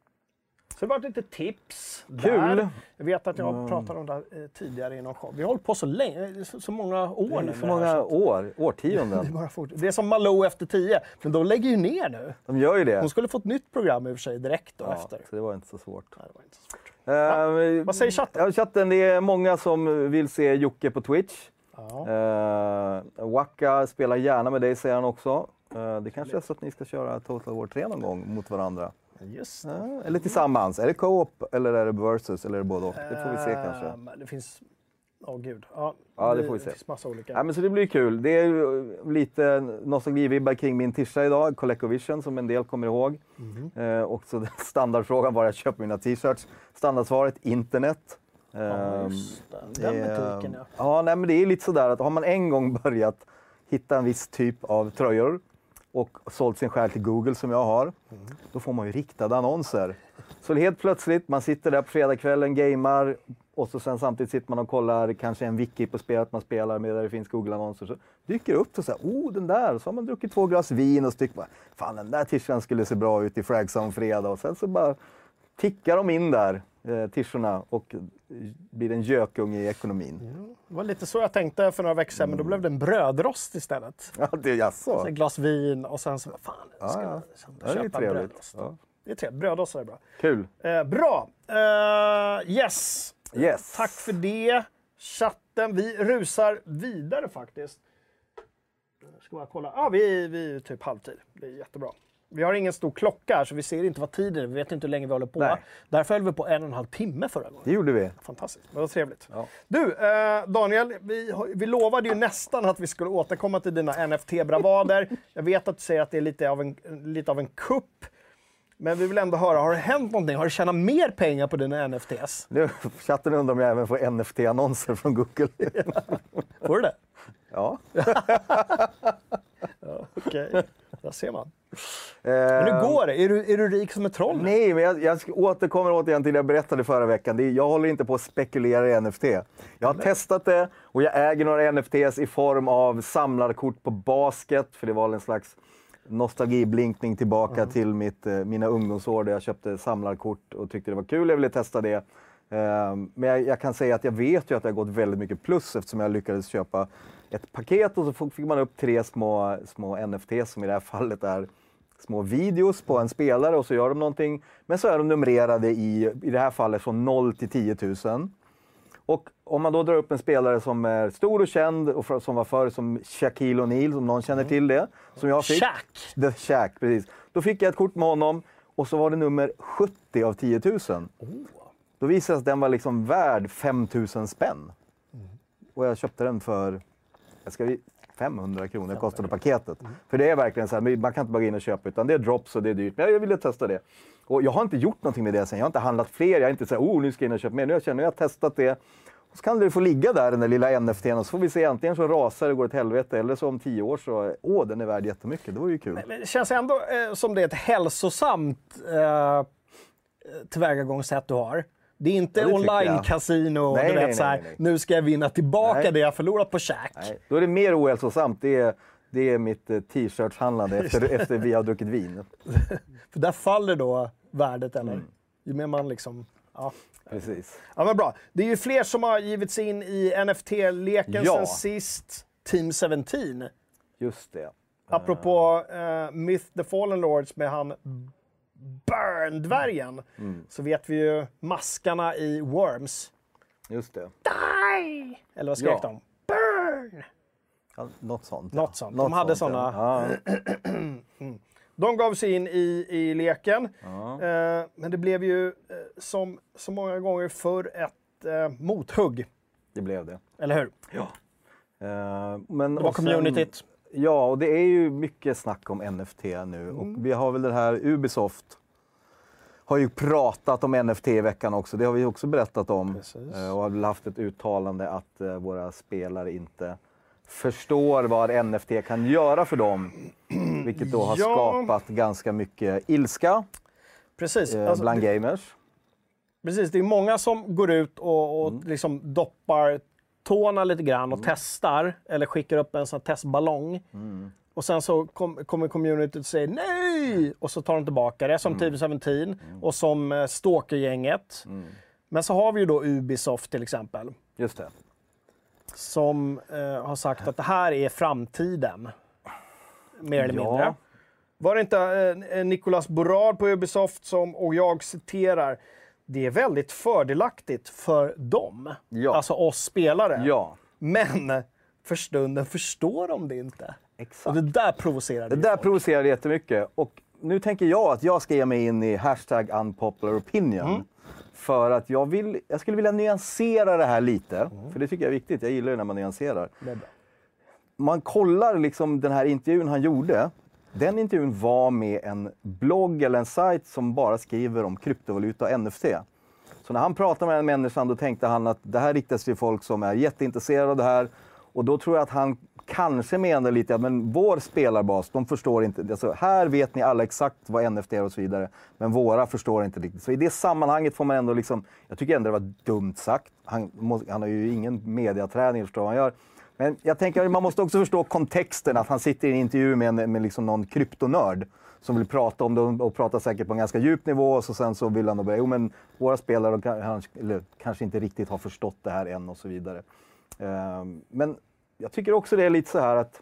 Så det var lite tips Kul. där. Jag vet att jag pratade om det här, eh, tidigare i någon show. Vi har hållit på så länge, så, så många år Det nu är för med det här, många så att år, det, årtionden. är bara fort. Det är som Malou efter tio, men de lägger ju ner nu. De gör ju det. Hon skulle få ett nytt program i och för sig direkt då Ja, efter. så det var inte så svårt. Nej, det var inte så svårt. Eh, Vad säger chatten? Ja, chatten, det är många som vill se Jocke på Twitch. Ja. Uh, Waka spelar gärna med dig, säger han också. Eh, det kanske är så att ni ska köra Total War tre någon gång mot varandra. Just det. Ja, eller tillsammans. Är det co-op eller är det versus eller är det både och? Det får vi se kanske. Ehm, Det finns... Åh gud. Ja, Ja, det får vi se. Det finns massa olika. Ja, men så det blir kul. Det är ju lite nostalgivibbar kring min tisha idag, ColecoVision, som en del kommer ihåg. Mhm. Eh, och så standardfrågan var jag köper mina t-shirts. Standardsvaret internet. Ja, Ehm, just det. Den eh, butiken, ja. Ja, nej, men det är lite sådär att har man en gång börjat hitta en viss typ av tröjor och sålt sin själ till Google som jag har, då får man ju riktade annonser. Så helt plötsligt, man sitter där på fredagskvällen, gamar och så sen samtidigt sitter man och kollar kanske en wiki på spelet man spelar med där det finns Google-annonser. Så dyker det upp och säger, oh den där, så har man druckit två glas vin och så tycker man, fan den där t-shirten skulle se bra ut i Fragzone fredag och sen så bara tickar de in där, eh, t-shirtarna och blir en gökunge i ekonomin. Det var lite så jag tänkte för några veckor sedan, men då blev det en brödrost istället. Ja, det är jaså. Så ett glas vin och sen så, fan, jag ska Ja, ja. jag Ja, det är köpa en trevligt. brödrost. Ja. Det är trevligt, brödrost är bra. Kul. Eh, bra, eh, yes. Yes. Tack för det. Chatten, vi rusar vidare faktiskt. Jag ska bara kolla. Ja, vi, vi är typ halvtid. Det är jättebra. Vi har ingen stor klocka här så vi ser inte vad tiden är. Vi vet inte hur länge vi håller på. Nej. Därför höll vi på en och en halv timme förra gången. Det gjorde vi. Fantastiskt, det var trevligt. Ja. Du, eh, Daniel, vi, har- vi lovade ju nästan att vi skulle återkomma till dina N F T-bravader. Jag vet att du säger att det är lite av en, lite av en kupp. Men vi vill ändå höra, har det hänt någonting? Har du tjänat mer pengar på dina N F Ts? Nu, chatten undrar om jag även får N F T-annonser från Google. Får du det? Ja. Ja, okej. Där ser man. Men Men hur går det? Är du, är du rik som ett troll? Nej, men jag, jag återkommer återigen till det jag berättade förra veckan. Det är, jag håller inte på att spekulera i N F T. Jag har testat det och jag äger några N F Ts i form av samlarkort på basket. För det var en slags nostalgiblinkning tillbaka mm. till mitt, eh, mina ungdomsår där jag köpte samlarkort och tyckte det var kul. Jag ville testa det. Eh, men jag, jag kan säga att jag vet ju att det har gått väldigt mycket plus eftersom jag lyckades köpa ett paket och så fick man upp tre små, små N F Ts som i det här fallet är små videos på en spelare och så gör de någonting. Men så är de numrerade i, i det här fallet från noll till tio tusen. Och om man då drar upp en spelare som är stor och känd och för, som var förr som Shaquille O'Neal, som någon känner till det. Som jag fick. Shaq! The Shaq, precis. Då fick jag ett kort med honom och så var det nummer sjuttio av tio tusen. Oh. Då visade det sig att den var liksom värd fem tusen spänn. Mm. Och jag köpte den för, jag ska vi, femhundra kronor kostade paketet. Mm. För det är verkligen så här, man kan inte bara gå in och köpa utan det är drops och det är dyrt. Men jag ville testa det. Och jag har inte gjort någonting med det sen. Jag har inte handlat fler. Jag har inte sagt, oh nu ska jag in och köpa mer. Nu har jag, nu har jag testat det. Så kan det få ligga där, den där lilla N F T:n, och så får vi se antingen så rasar det och går ett helvete, eller så om tio år så, åh, den är värd jättemycket. Det vore ju kul. Men, men det känns ändå eh, som det är ett hälsosamt eh, tillvägagångssätt du har. Det är inte Ja, det online-casino, Nej, du vet nej, så här, nej, nej. nu ska jag vinna tillbaka Nej. det jag förlorat på Shack. Nej, då är det mer ohälsosamt. Det är, det är mitt eh, t-shirtshandlande efter, efter vi har druckit vin. För där faller då värdet, eller? Mm. Ju mer man liksom... Ja. Precis. Ja, men bra. Det är ju fler som har givit sig in i N F T-leken Ja. sen sist. Team sjutton. Just det. Apropå uh, Myth the Fallen Lords med han Burn-dvärgen. Mm. Så vet vi ju maskarna i Worms. Just det. Die! Eller vad skrek Ja. de? Burn! Ja, något sånt. Något ja. sånt. Något De hade sånt, såna. Ja. De gav sig in i, i leken. Ja. Eh, men det blev ju, eh, som så många gånger förr, ett eh, mothugg. Det blev det. Eller hur? Ja. Eh, men Det var och sen- communityt. Ja, och det är ju mycket snack om N F T nu. Mm. Och vi har väl det här, Ubisoft har ju pratat om N F T i veckan också. Det har vi också berättat om. Precis. Eh, och har väl haft ett uttalande att eh, våra spelare inte förstår vad N F T kan göra för dem. Vilket då har Ja. skapat ganska mycket ilska Precis. eh, Alltså, bland det, gamers. precis. Det är många som går ut och, och Mm. liksom doppar tårna lite grann och testar. Eller skickar upp en sån här testballong. Mm. Och sen så kom, kommer communityt och säger nej! Och så tar de tillbaka det, som Mm. Team sjutton och som eh, Stalker-gänget. Mm. Men så har vi ju då Ubisoft till exempel. Just det. Som eh, har sagt att det här är framtiden. Mer eller Ja. mindre. Var det inte eh, Nicolas Bourard på Ubisoft som, och jag citerar, det är väldigt fördelaktigt för dem, Ja. alltså oss spelare. Ja, Men för stunden förstår de det inte. exakt. Och det där provocerar Det ju där folk. provocerar jättemycket. Och nu tänker jag att jag ska ge mig in i hashtag unpopular opinion. Mm. För att jag, vill, jag skulle vilja nyansera det här lite. Mm. För det tycker jag är viktigt. Jag gillar ju när man nyanserar. Det är bra. Man kollar liksom den här intervjun han gjorde. Den intervjun var med en blogg eller en sajt som bara skriver om kryptovaluta och N F T. Så när han pratade med en människa då tänkte han att det här riktas till folk som är jätteintresserade av det här. Och då tror jag att han kanske menar lite att men vår spelarbas, de förstår inte. Alltså, här vet ni alla exakt vad N F T är och så vidare. Men våra förstår inte riktigt. Så i det sammanhanget får man ändå liksom, jag tycker ändå det var dumt sagt. Han, må, han har ju ingen mediaträning, förstår vad han gör. Men jag tänker att man måste också förstå kontexten, att han sitter i en intervju med, en, med liksom någon kryptonörd som vill prata om det och prata säkert på en ganska djup nivå. Och så sen så vill han då börja, jo men våra spelare kan, han, eller, kanske inte riktigt har förstått det här än och så vidare. Um, men jag tycker också det är lite så här att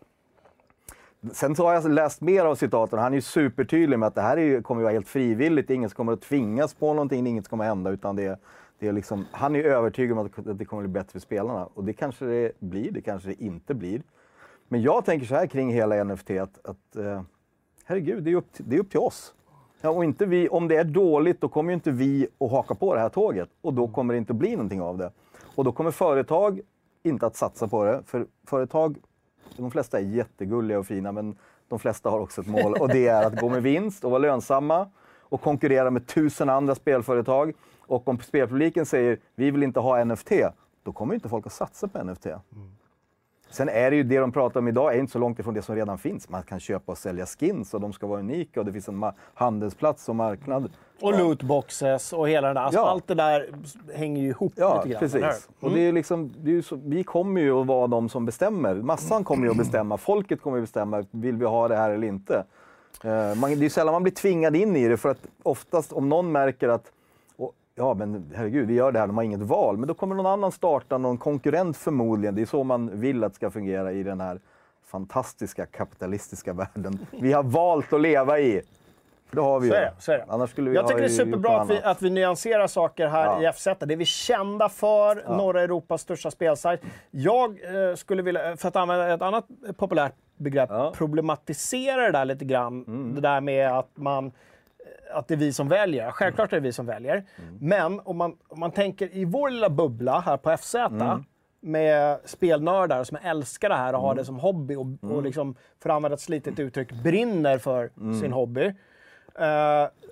sen så har jag läst mer av citaten. Han är ju supertydlig med att det här är, kommer att vara helt frivilligt. Ingen som kommer att tvingas på någonting, inget kommer att hända. Utan det, det är liksom, han är övertygad om att det kommer att bli bättre för spelarna. Och det kanske det blir, det kanske det inte blir. Men jag tänker så här kring hela N F T att, att uh, herregud, det är, upp till, det är upp till oss. Ja, och inte vi, om det är dåligt, då kommer ju inte vi att haka på det här tåget. Och då kommer det inte bli någonting av det. Och då kommer företag inte att satsa på det. För företag, de flesta är jättegulliga och fina, men de flesta har också ett mål. Och det är att gå med vinst och vara lönsamma och konkurrera med tusen andra spelföretag. Och om spelpubliken säger vi vill inte ha N F T, då kommer inte folk att satsa på N F T. Mm. Sen är det ju det de pratar om idag är inte så långt ifrån det som redan finns. Man kan köpa och sälja skins och de ska vara unika och det finns en ma- handelsplats och marknad. Och lootboxes och hela det där. Alltså Ja. allt det där hänger ju ihop Ja, lite grann. precis. eller hur? Och det är liksom, det är ju så, vi kommer ju att vara de som bestämmer. Massan kommer ju att bestämma. Folket kommer att bestämma. Vill vi ha det här eller inte? Uh, man, det är ju sällan man blir tvingad in i det. För att oftast om någon märker att och, ja men herregud, vi gör det här, de har inget val. Men då kommer någon annan starta, någon konkurrent förmodligen. Det är så man vill att det ska fungera i den här fantastiska kapitalistiska världen. Vi har valt att leva i. Det har vi Så ju. är det, så är det. Annars skulle vi Jag ha tycker det är gjort superbra något att vi, annat. att vi nyanserar saker här Ja. i F Z. Det är vi kända för, Ja. norra Europas största spelsajt. Jag eh, skulle vilja, för att använda ett annat populärt begrepp, Ja. problematisera det där lite grann. Mm. Det där med att man att det är vi som väljer. Självklart är det vi som väljer. Mm. Men om man, om man tänker i vår lilla bubbla här på F Z Mm. med spelnördar som älskar det här och har det som hobby och, och liksom, för att använda ett slitet uttryck, brinner för sin hobby. Uh,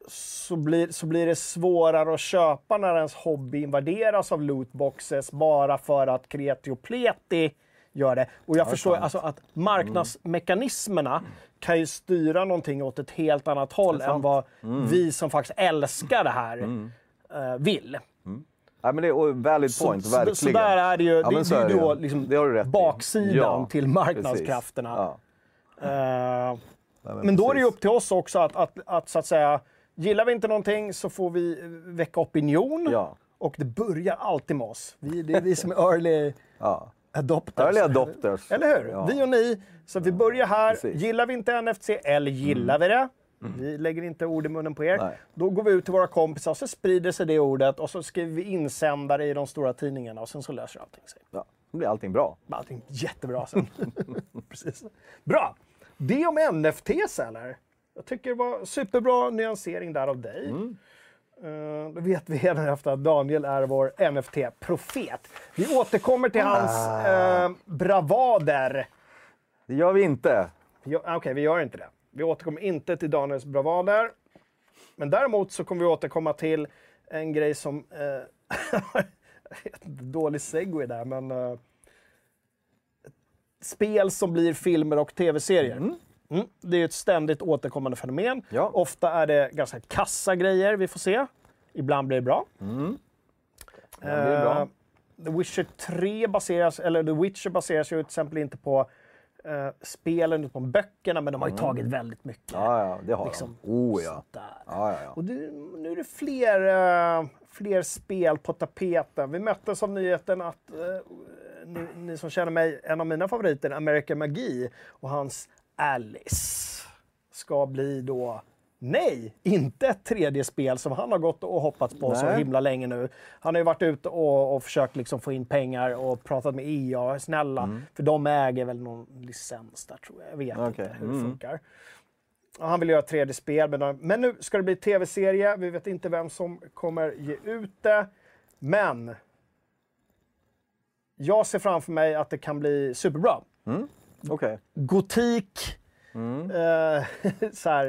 så blir, så blir det svårare att köpa när ens hobby invaderas av lootboxes bara för att kreti och pleti gör det. Och jag ja, förstår alltså att marknadsmekanismerna mm. kan ju styra någonting åt ett helt annat håll än vad mm. vi som faktiskt älskar det här mm. uh, vill. Mm. Ja, men det är valid point, så, verkligen. Så, så där är det ju, ja, det, det är ju då liksom baksidan ja, till marknadskrafterna. Ja. Uh, ja, men, men då är det ju upp till oss också att, att, att så att säga, gillar vi inte någonting så får vi väcka opinion. Ja. Och det börjar alltid med oss. Vi, det är vi som är early ja. adopters. Early adopters. Eller hur? Ja. Vi och ni. Så vi börjar här. Precis. Gillar vi inte N F T C eller gillar mm. vi det? Mm. Vi lägger inte ord i munnen på er. Nej. Då går vi ut till våra kompisar och så sprider sig det ordet och så skriver vi insändare i de stora tidningarna och sen så löser allting sig. Ja, då blir allting bra. Allting jättebra sen. Precis. Bra! Det om N F T C eller? Jag tycker det var superbra nyansering där av dig. Mm. Uh, då vet vi redan efter att Daniel är vår N F T-profet. Vi återkommer till hans uh, bravader. Det gör vi inte. Ja, Okej, okay, vi gör inte det. Vi återkommer inte till Daniels bravader. Men däremot så kommer vi återkomma till en grej som... Uh, dålig segway där, men... Uh, spel som blir filmer och tv-serier. Mm. Mm. Det är ett ständigt återkommande fenomen. Ja. Ofta är det ganska kassa grejer vi får se. Ibland blir det bra. Mm. Det blir bra. Uh, The Witcher tre baseras, eller The Witcher baseras ju till exempel inte på uh, spelen utan på böckerna, men de har ju mm. tagit väldigt mycket. Ja, ja, det har liksom, de. Oh, ja. Ja, ja, ja. Och det, nu är det fler, uh, fler spel på tapeten. Vi möttes av nyheten att uh, ni, ni som känner mig, en av mina favoriter, American Magi och hans Alice ska bli då, nej, inte ett tredje spel som han har gått och hoppats på nej. så himla länge nu. Han har ju varit ute och, och försökt liksom få in pengar och pratat med E A, snälla, mm. för de äger väl någon licens där tror jag, jag vet okay. inte hur det funkar. Och han vill göra ett tredje spel, men, de, men nu ska det bli tv-serie, vi vet inte vem som kommer ge ut det, men jag ser framför mig att det kan bli superbra. Mm. Okay. Gotik, mm. eh, så här,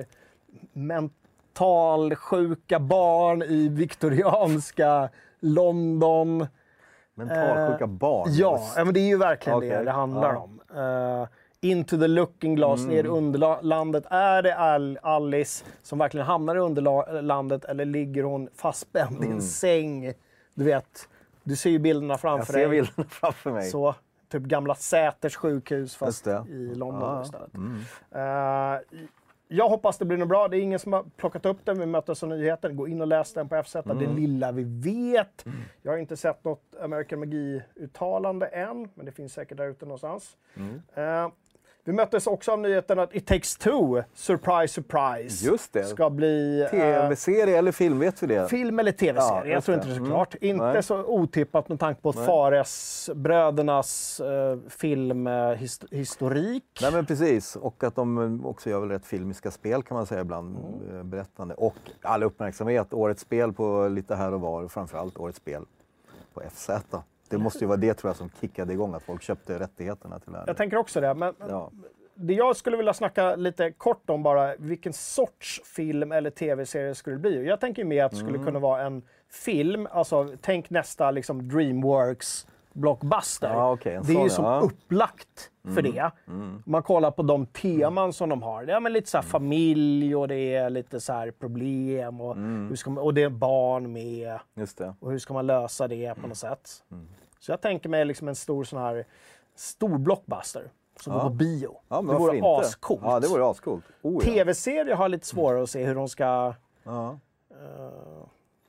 mentalsjuka barn i viktorianska London. Mentalsjuka eh, barn? Ja, men det är ju verkligen okay. det det handlar ja. om. Uh, into the looking glass, mm. ner i underlandet. Är det Al- Alice som verkligen hamnar i underlandet eller ligger hon fastspänd mm. i en säng? Du vet, du ser ju bilderna framför dig. Jag ser dig. bilderna framför mig. Så, typ gamla Säters sjukhus fast i London ja. istället. Mm. Uh, jag hoppas det blir något bra. Det är ingen som har plockat upp den. Vi möttes av nyheten. Gå in och läs den på F Z. Mm. Det lilla vi vet. Mm. Jag har inte sett något American Magi-uttalande än. Men det finns säkert där ute någonstans. Mm. Uh, vi möttes också av nyheten att It Takes Two, surprise, surprise, just det. ska bli... Uh, tv-serie eller film, vet vi det? Film eller tv-serie, ja, jag tror inte det är så klart. Mm. Inte Nej. så otippat med tanke på Fares-brödernas uh, filmhistorik. Uh, Nej men precis, och att de också gör väl rätt filmiska spel kan man säga ibland, mm. berättande. Och all uppmärksamhet, årets spel på lite här och var, och framförallt årets spel på F Z. Det måste ju vara det tror jag som kickade igång, att folk köpte rättigheterna till det här. Jag tänker också det, men ja. det jag skulle vilja snacka lite kort om bara, vilken sorts film eller tv-serie skulle det bli? Jag tänker mer att det skulle mm. kunna vara en film, alltså tänk nästa liksom Dreamworks blockbuster. Ja, okay, det är sån, ju som ja. upplagt för mm. det. Mm. Man kollar på de teman mm. som de har. Det är men lite så här mm. familj och det är lite så här problem och, mm. hur ska man, och det är barn med. Just det. Och hur ska man lösa det på något sätt? Mm. Så jag tänker mig liksom en stor sån här stor blockbuster som ja. går på bio. Ja, det vore ascoolt. Ja, det vore ascoolt. Oh, ja. Tv-serier har lite svårare att se hur de ska... Ja. Uh...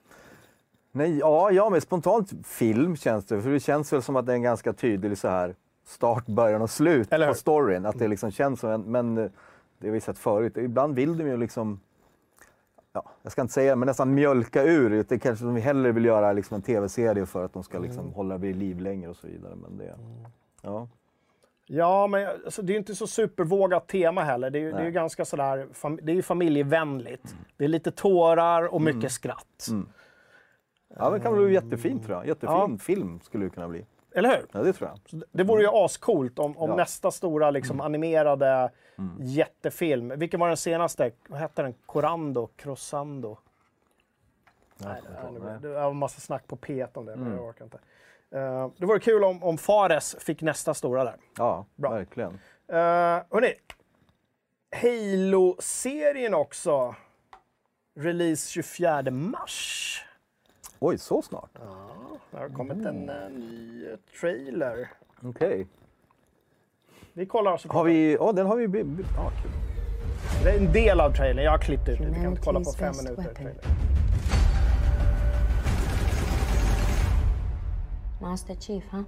Nej, ja, ja, men spontant film känns det. För det känns väl som att det är en ganska tydlig så här start, början och slut på storyn. Att det liksom känns som en, men det har vi sett förut. Ibland vill de ju liksom... Ja, jag ska inte säga men nästan mjölka ur. Det är kanske som vi hellre vill göra liksom en tv-serie för att de ska liksom mm. hålla vid liv längre och så vidare. Men det, ja. Ja, men alltså, det är inte så supervågat tema heller. Det är, det är ju ganska sådär, fam- det är ju familjevänligt. Mm. Det är lite tårar och mycket mm. skratt. Mm. Ja, men det kan bli jättefint tror jag. Jättefin ja. film skulle det kunna bli. Eller hur? Ja, det tror jag. Så det vore ju ascoolt om, om ja. nästa stora liksom, animerade Mm. Jättefilm. Vilken var den senaste? Vad hette den? Corando? Crossando? Nej, det, det var en massa snack på P ett om det, men mm. jag orkar inte. Uh, det vore kul om, om Fares fick nästa stora där. Ja, bra. Verkligen. Uh, hörrni, Halo-serien också. Release tjugofjärde mars. Oj, så snart? Ja, det har kommit en uh, ny trailer. Okej. Okay. Vi kollar alltså. Har vi... Ja, den har vi... Ja, kul. Det är en del av trailern. Jag har klippt ut det. Vi kan inte kolla på fem minuter trailer. Master Chief, huh?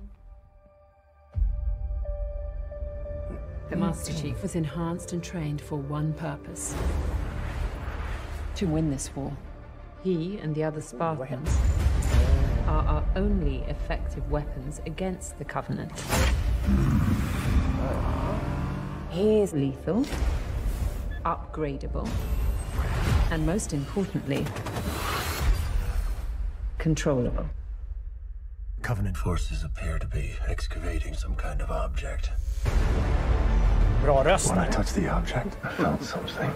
The Master Chief was enhanced and trained for one purpose. To win this war. He and the other Spartans are our only effective weapons against the Covenant. He is lethal, upgradable, and most importantly, controllable. Covenant forces appear to be excavating some kind of object. Bra röst. When I touched the object, I felt something.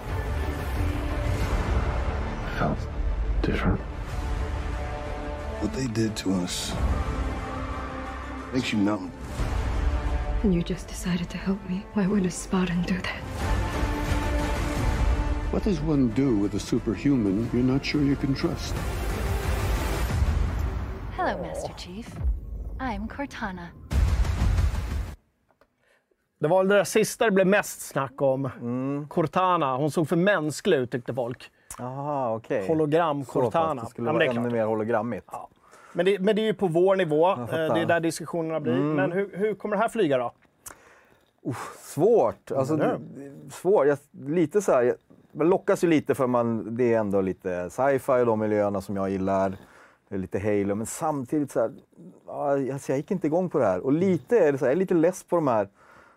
I felt different. What they did to us makes you numb. And you just decided to help me. Why would a Spartan do that? What does one do with a superhuman you're not sure you can trust? Hello, Master Chief. I'm Cortana. Det var det där sista det blev mest snack om. Mm. Cortana. Hon såg för mänsklig ut, tyckte folk. Aha, okej. Okay. Hologram Cortana. Det skulle ja, vara ännu mer hologrammigt. Ja. Men, det, men det är ju på vår nivå. Det är där diskussionerna blir. Mm. Men hur, hur kommer det här flyga då? Uh, svårt. Alltså, det, svårt. Jag, lite så här, man lockas ju lite för man, det är ändå lite sci-fi och de miljöerna som jag gillar. Det är lite Halo, men samtidigt så här, alltså jag gick inte igång på det här. Och lite är det så här, jag är lite less på de här,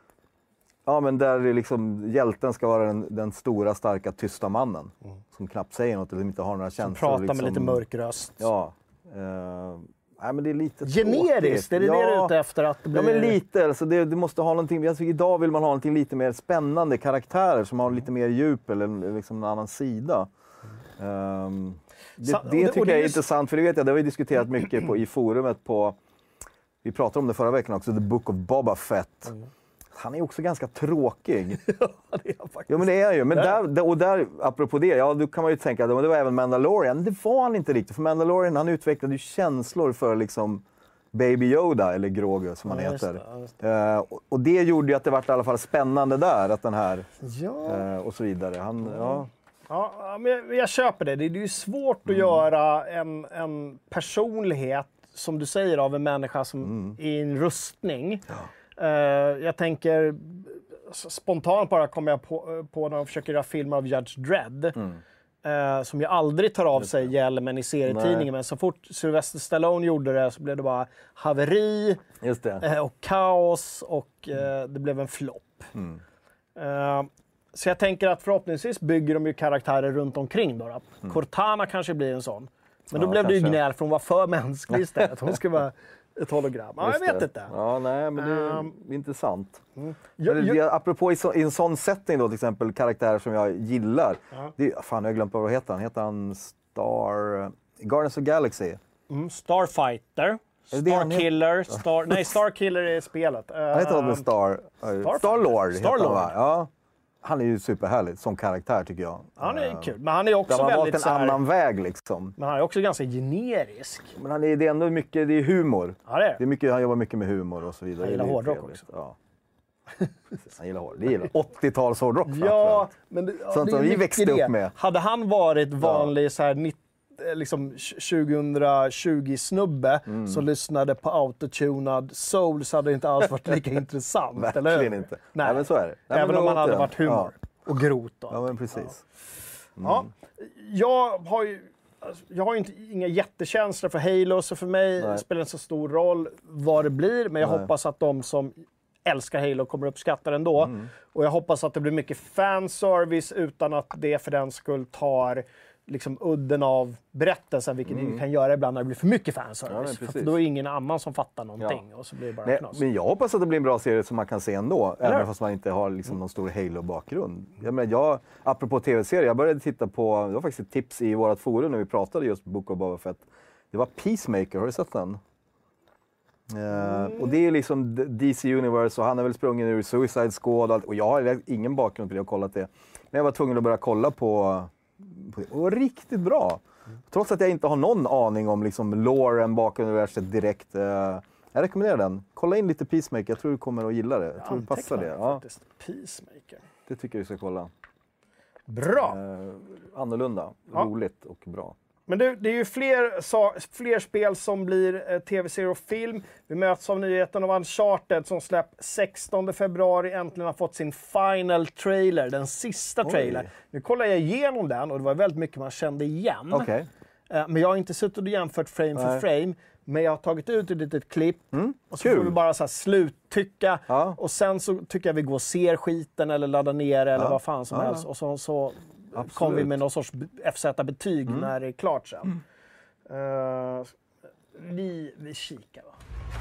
ja men där det liksom, hjälten ska vara den, den stora, starka, tysta mannen. Mm. Som knappt säger något eller inte har några känslor. Som pratar liksom, med lite mörk röst. Ja. Uh, nej, men det är lite generiskt, är det ja, det du är ute efter? Att det blir... Ja, men lite. Alltså det, det måste ha någonting, alltså idag vill man ha någonting lite mer spännande, karaktärer som har lite mer djup eller liksom en annan sida. Um, det, Så, det, det tycker det jag är just... intressant, för det vet jag, det har vi diskuterat mycket på, i forumet på, vi pratade om det förra veckan också, The Book of Boba Fett. Mm. Han är också ganska tråkig. Ja, det är faktiskt. Ja, men det är han ju. Men där, och där, apropå det, ja, då kan man ju tänka att det var även Mandalorian. Det var han inte riktigt, för Mandalorian, han utvecklade ju känslor för liksom Baby Yoda, eller Grogu som han ja, heter. Det, just det. Uh, och, och det gjorde ju att det var i alla fall spännande där, att den här, ja. uh, och så vidare. Han, mm. ja. Ja, men jag, jag köper det. Det är ju svårt att mm. göra en, en personlighet, som du säger, av en människa som mm. är i en rustning. Ja. Uh, jag tänker, spontant bara kommer jag på, på när jag försöker göra filmer av Judge Dredd. Mm. Uh, som ju aldrig tar av sig hjälmen i serietidningen. Nej. Men så fort Sylvester Stallone gjorde det så blev det bara haveri Just det. Uh, och kaos och uh, mm. det blev en flopp. Mm. Uh, så jag tänker att förhoppningsvis bygger de ju karaktärer runt omkring då. då. Mm. Cortana kanske blir en sån. Men då ja, blev kanske. det ju gnäll för hon var för mänsklig istället. Hon ska vara ett hologram. Ja, jag vet det. inte. Ja, nej, men det är um, intressant. Mm. Jag, jag, apropå i, så, i en sån setting då, till exempel karaktärer som jag gillar. Uh-huh. Det, fan, jag har glömt vad heter han. Heter han Star... Guardians of the Galaxy? Mm, Starfighter. Starkiller. Star... Nej, Starkiller är spelet. Uh, han heter något med Star... Uh, Star-Lord. Star-Lord. Ja. Han är ju superhärlig som karaktär, tycker jag. Han är kul, men han är också väldigt... Han har väldigt valt en här... annan väg liksom. Men han är också ganska generisk. Men han är, det är ändå mycket, det är humor. Ja, det är. Det är mycket, han jobbar mycket med humor och så vidare. Han gillar hårdrock också. Ja. Han gillar hårdrock. Det gillar åttio-tals hårdrock. Ja, men det, ja, sånt det som vi växte det. upp med. Hade han varit vanlig ja. så här liksom tjugohundratjugo-snubbe mm. som lyssnade på autotunad soul, så hade det inte alls varit lika intressant. Verkligen eller? inte. Nej. Nej, men så är det. Nej, även om han hade det. varit humor ja. och grot. Då. Ja, men precis. Ja. Mm. Ja. Jag har ju alltså, jag har ju inte, inga jättekänslor för Halo, så för mig Nej. spelar det inte så stor roll vad det blir, men jag Nej. hoppas att de som älskar Halo kommer uppskatta det ändå. Mm. Och jag hoppas att det blir mycket fanservice utan att det för den skull tar liksom udden av berättelsen, vilket mm. vi kan göra ibland när det blir för mycket fanservice. Ja, för då är det ingen annan som fattar någonting. Ja. Och så blir det bara Nej, knas. Men jag hoppas att det blir en bra serie som man kan se ändå, Eller? även fast man inte har liksom någon stor Halo-bakgrund. Jag menar, jag, apropå tv-serier, jag började titta på, det var faktiskt ett tips i vårt forum när vi pratade just Book of Boba Fett. Det var Peacemaker, har du sett den? Mm. Uh, och det är liksom D C Universe och han har väl sprungit ur Suicide Squad och allt. Och jag har ingen bakgrund på det och kollat det. Men jag var tvungen att börja kolla på, på det. Och det var riktigt bra. Mm. Trots att jag inte har någon aning om liksom loren bakom universet direkt. Uh, jag rekommenderar den. Kolla in lite Peacemaker, jag tror du kommer att gilla det. Jag tror det passar det. Ja. Peacemaker. Det tycker jag du ska kolla. Bra! Uh, annorlunda, ja. roligt och bra. Men det, det är ju fler, så, fler spel som blir eh, tv-serier och film. Vi möts av nyheten av Uncharted som släpps sextonde februari, äntligen har fått sin final trailer, den sista trailern. Nu kollar jag igenom den och det var väldigt mycket man kände igen. Okay. Eh, men jag har inte suttit och jämfört frame Nej. för frame. Men jag har tagit ut ett litet klipp mm, och så kul. får vi bara så här sluttycka. Ja. Och sen så tycker jag vi går och ser skiten eller laddar ner eller ja. vad fan som ja. helst. Och så... så kommer vi med någon sorts F Z-betyg mm. när det är klart sen. Mm. Uh, vi, vi kikar va.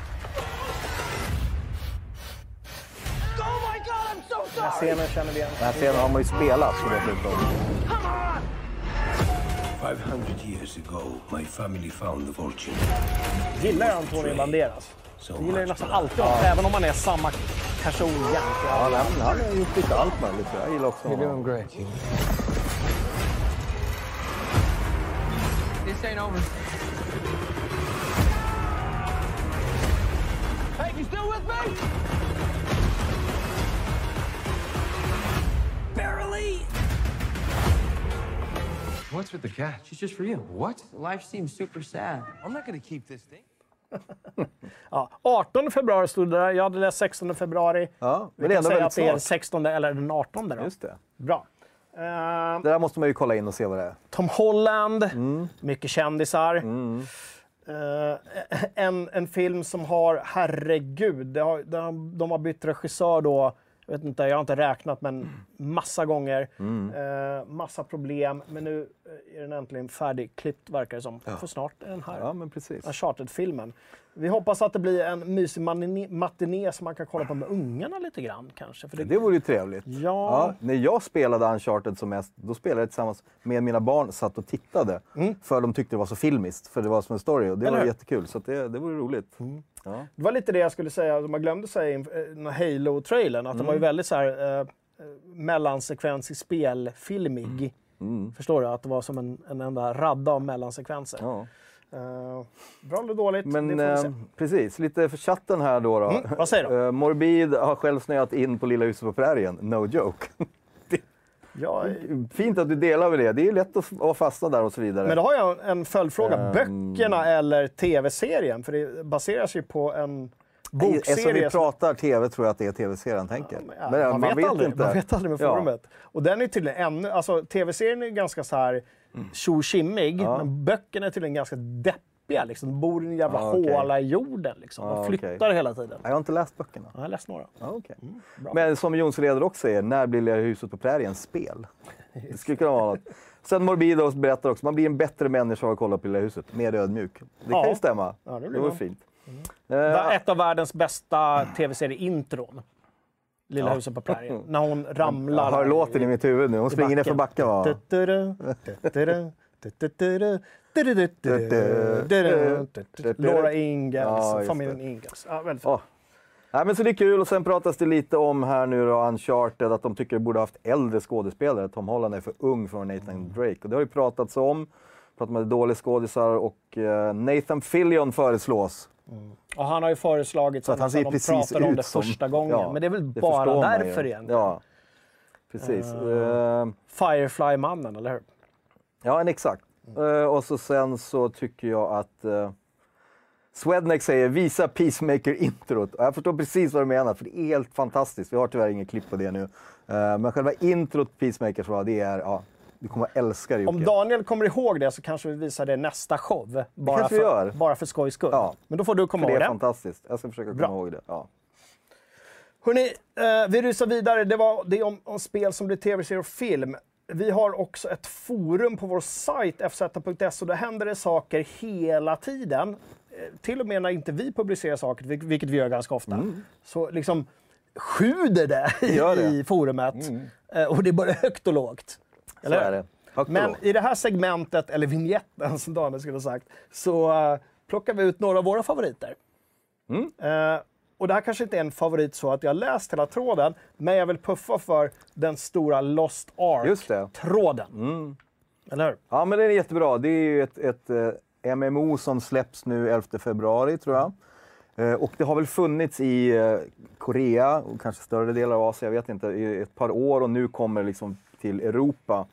Oh my God, I'm so sorry! Den här scenen känner vi igen. Den här scenen har man ju spelat. Så det five hundred years ago, my family found the fortune. Gillar jag Antonio Banderas? Jag gillar ju nästan alltid honom, ja. även om man är samma person egentligen. Ja, nej, han har gjort lite allt man lite. Jag gillar också honom. You're doing great. This ain't over. Hey, you still with me? Barely. What's with the cat? She's just for you. What? Life seems super sad. I'm not gonna keep this thing. ja, artonde februari stod det där. Jag hade läst sextonde februari. Ja, vi kan säga att det är den sextonde eller den artonde då. Just det. Bra. Uh, det där måste man ju kolla in och se vad det är. Tom Holland, mm. mycket kändisar. Mm. Uh, en, en film som har, herregud, det har, de, de har bytt regissör då. Jag vet inte, jag har inte räknat, men massa gånger. Mm. Uh, massa problem. Men nu är den äntligen färdigklippt, verkar det som. Ja. För snart är den här. Ja, men precis. Uncharted-filmen. Vi hoppas att det blir en mysig matiné som man kan kolla på med ungarna lite grann kanske. För det... det vore ju trevligt. Ja. Ja. När jag spelade Uncharted som mest, då spelade jag tillsammans med mina barn, satt och tittade. Mm. För de tyckte det var så filmiskt, för det var som en story. Och det Eller var hur? jättekul, så det, det vore roligt. Mm. Ja. Det var lite det jag skulle säga, man glömde säga i Halo-trailern, att mm. den var ju väldigt så här eh, mellansekvens i spelfilmig. Mm. Förstår du? Att det var som en, en enda radda av mellansekvenser. Ja. Uh, bra eller dåligt, men, det får vi se. Eh, precis, lite för chatten här då. då. Mm, vad säger du? Uh, Morbid har själv snöat in på Lilla huset på prärien, no joke. det, ja, fint att du delar med det, det är ju lätt att, att fastna där och så vidare. Men då har jag en följdfråga, um, böckerna eller tv-serien? För det baseras ju på en bokserie. Eftersom vi pratar tv tror jag att det är tv-serien tänker. Ja, ja, men, man, man, vet vet aldrig, inte. man vet aldrig med forumet. Ja. Och den är tydligen ännu, alltså tv-serien är ganska så här tjo-skimmig, ja. men böckerna är tydligen ganska deppiga. Liksom. De bor i en jävla ah, okay. håla i jorden. Liksom. De ah, flyttar okay. hela tiden. Jag har inte läst böckerna. Jag har läst några. Ah, okay. mm, men som Jonsreder också säger, när blir Lilla huset på prärien spel? Det skulle kunna vara något. Sen Morbido berättar också, man blir en bättre människa av att kolla på Lilla huset. Mer ödmjuk. Det ja. kan ju stämma. Ja, det, det var man. fint. Mm. Uh, Ett av världens bästa tv-serie-intron. Lilla ja. huset på prärien. När hon ramlar. Jag hör låten i mitt huvud nu. Hon springer ner för backen. Va? Laura Ingalls, familjen Ingalls. Ja, väldigt oh. ja, men så det är kul. Och sen pratas det lite om här nu då, Uncharted, att de tycker det borde ha haft äldre skådespelare. Tom Holland är för ung för Nathan Drake. Och det har ju pratats om. Pratat med dåliga skådisar och uh, Nathan Fillion föreslås. Mm. Och han har ju föreslagit så att han ser de precis pratade om det som, första gången. Ja, men det är väl det bara därför egentligen. Ja, precis. Uh, uh, Firefly-mannen, eller hur? Ja, en exakt. Mm. Uh, och så sen så tycker jag att uh, Swedneck säger visa Peacemaker-introt. Och jag förstår precis vad du menar, för det är helt fantastiskt. Vi har tyvärr ingen klipp på det nu. Uh, men själva introt Peacemaker, så det är... Ja, du kommer att älska det. Om Daniel kommer ihåg det så kanske vi visar det nästa show. Bara, för, gör. bara för skojs skull. Ja. Men då får du komma ihåg det. Det är fantastiskt. Jag ska försöka komma Bra. ihåg det. Ja. Hörrni, eh, vi rusar vidare. Det var det om, om spel som blir tv-serier och film. vi har också ett forum på vår sajt f z punkt s och där händer det saker hela tiden. Till och med när inte vi publicerar saker, vilket vi gör ganska ofta, mm. så liksom sjuder det, det. i forumet. Mm. Och det är både högt och lågt. Eller? Så är det. Högt Men lågt. i det här segmentet, eller vignetten som Daniel skulle ha sagt, så uh, plockar vi ut några av våra favoriter. Mm. Uh, och det här kanske inte är en favorit så att jag har läst hela tråden, men jag vill puffa för den stora Lost Ark-tråden. Mm. Eller hur? Ja, men det är jättebra. Det är ju ett, ett uh, M M O som släpps nu elfte februari, tror jag. Uh, och det har väl funnits i uh, Korea och kanske större delar av Asien, jag vet inte, i ett par år, och nu kommer det liksom till Europa.